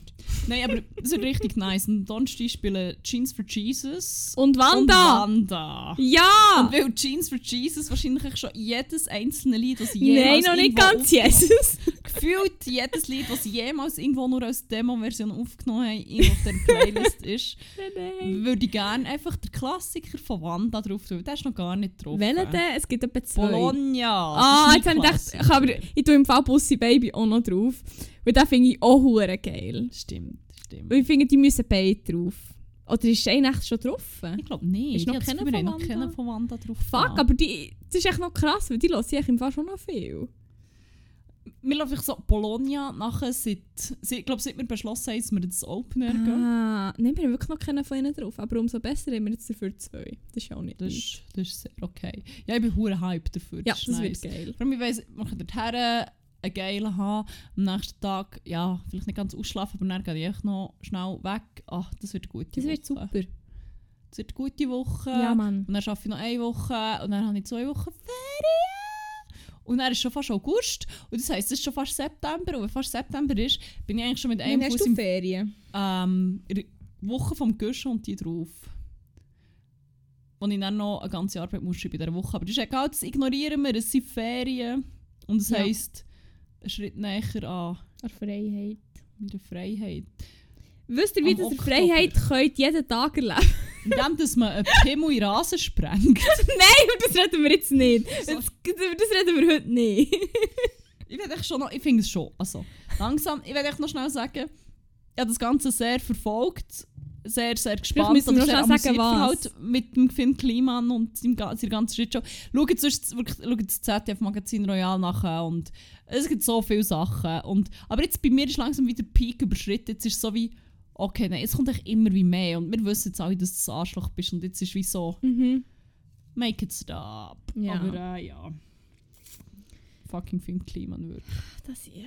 Nein, aber das ist richtig nice. Und Donnerstag spielen Jeans for Jesus Und Wanda! und Wanda. Ja! Und weil Jeans for Jesus wahrscheinlich schon jedes einzelne Lied, das sie Nein, jemals noch nicht irgendwo ganz Jesus. gefühlt jedes Lied, das sie jemals irgendwo nur als Demo-Version aufgenommen haben, irgendwo auf der Playlist ist, Nein. würde ich gerne einfach den Klassiker von Wanda drauf tun. Der ist noch gar nicht drauf. Welchen denn? Es gibt etwa zwei. Bologna. Ah, das jetzt ist habe ich mein gedacht, ich, aber, ich tue im Fall Bussi Baby auch noch drauf. Weil den finde ich auch hure geil. Stimmt, stimmt. Weil ich finde, die müssen beide drauf. Oder ist der echt schon drauf? Ich glaube nicht. Ist noch Ich habe das keiner Gefühl, wir haben von noch Wanda? keinen von Wanda drauf. Fuck, gehabt. aber die, das ist echt noch krass, weil die hören ich im Fall schon noch viel. Wir laufen so Bologna nachher, seit, seit, ich glaube, seit wir beschlossen haben, dass wir das Opener gehen. Ah, nein, wir haben wirklich noch keinen von ihnen drauf. Aber umso besser haben wir jetzt dafür zwei. Das ist ja auch nicht Das weit. ist, das ist sehr okay. Ja, ich bin hure hype dafür. Ja, ist das nice. wird geil. Vor allem, ich weiss, wir können dorthin einen geilen haben. Am nächsten Tag, ja, vielleicht nicht ganz ausschlafen, aber dann gehe ich echt noch schnell weg. Ach, das wird eine gute Das Woche. wird super. Das wird eine gute Woche. Ja, Mann. Und dann arbeite ich noch eine Woche und dann habe ich zwei Wochen Ferien. Und dann ist schon fast August. Und das heisst, es ist schon fast September. Und wenn fast September ist, bin ich eigentlich schon mit einem Wann hast Fuß du im Ferien? ähm, in der Woche vom Guschen und die drauf. Wo ich dann noch eine ganze Arbeit muss schreiben in dieser Woche. Aber das ist egal, das ignorieren wir. Es sind Ferien. Und das Ja. heisst, ein Schritt näher an An Freiheit. meiner Freiheit. Wisst ihr, wie Am das ihr Oktober. Freiheit könnt jeden Tag erleben? Indem, dass man einen Pimmel in den Rasen sprengt. Nein, aber das reden wir jetzt nicht. So. Das, das reden wir heute nicht. Ich werde echt schon noch, ich finde es schon, also langsam, ich werde echt noch schnell sagen, ich habe das Ganze sehr verfolgt, sehr, sehr gespannt, müssen wir oder noch sehr schnell sagen, amüsiert was. verhalten mit dem Film Kliman und seinem, ga- seiner ganzen Shitshow. Schaut sonst wirklich schaut das Z D F-Magazin Royal nachher und es gibt so viele Sachen. Und, aber jetzt bei mir ist langsam wieder der Peak überschritten, jetzt ist es so wie, okay, nein, es kommt echt immer wie mehr und wir wissen jetzt alle, dass du ein Arschloch bist und jetzt ist wie so, Mhm. make it stop. Ja. Aber äh, ja, fucking Film Kliman wirklich. Das ich.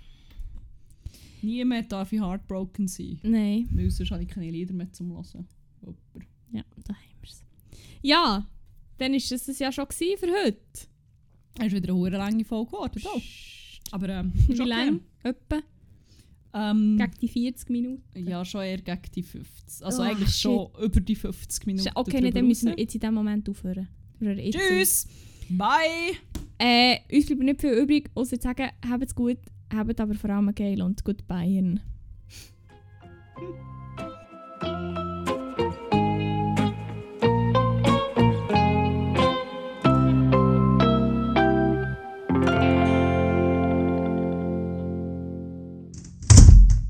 Nie mehr darf ich heartbroken sein. Nein. Weil sonst habe ich keine Lieder mehr zum Hören. Super. Ja, da haben wir es. Ja, dann war es das ja schon gewesen für heute. Es ist wieder eine hure lange Folge geworden. Oh. Aber ähm, ist Wie okay. lange? Etwa? Ähm, Gegen die vierzig Minuten? ja, schon eher gegen die fünfzig. Also Oh, eigentlich shit. schon über die fünfzig Minuten. Okay, nee, drüber dann müssen wir raus. jetzt in diesem Moment aufhören. Wir hören jetzt Tschüss! Bye! auf. Äh, uns bleibt nicht viel übrig, außer zu sagen, habt's gut, habt aber vor allem geil und goodbye.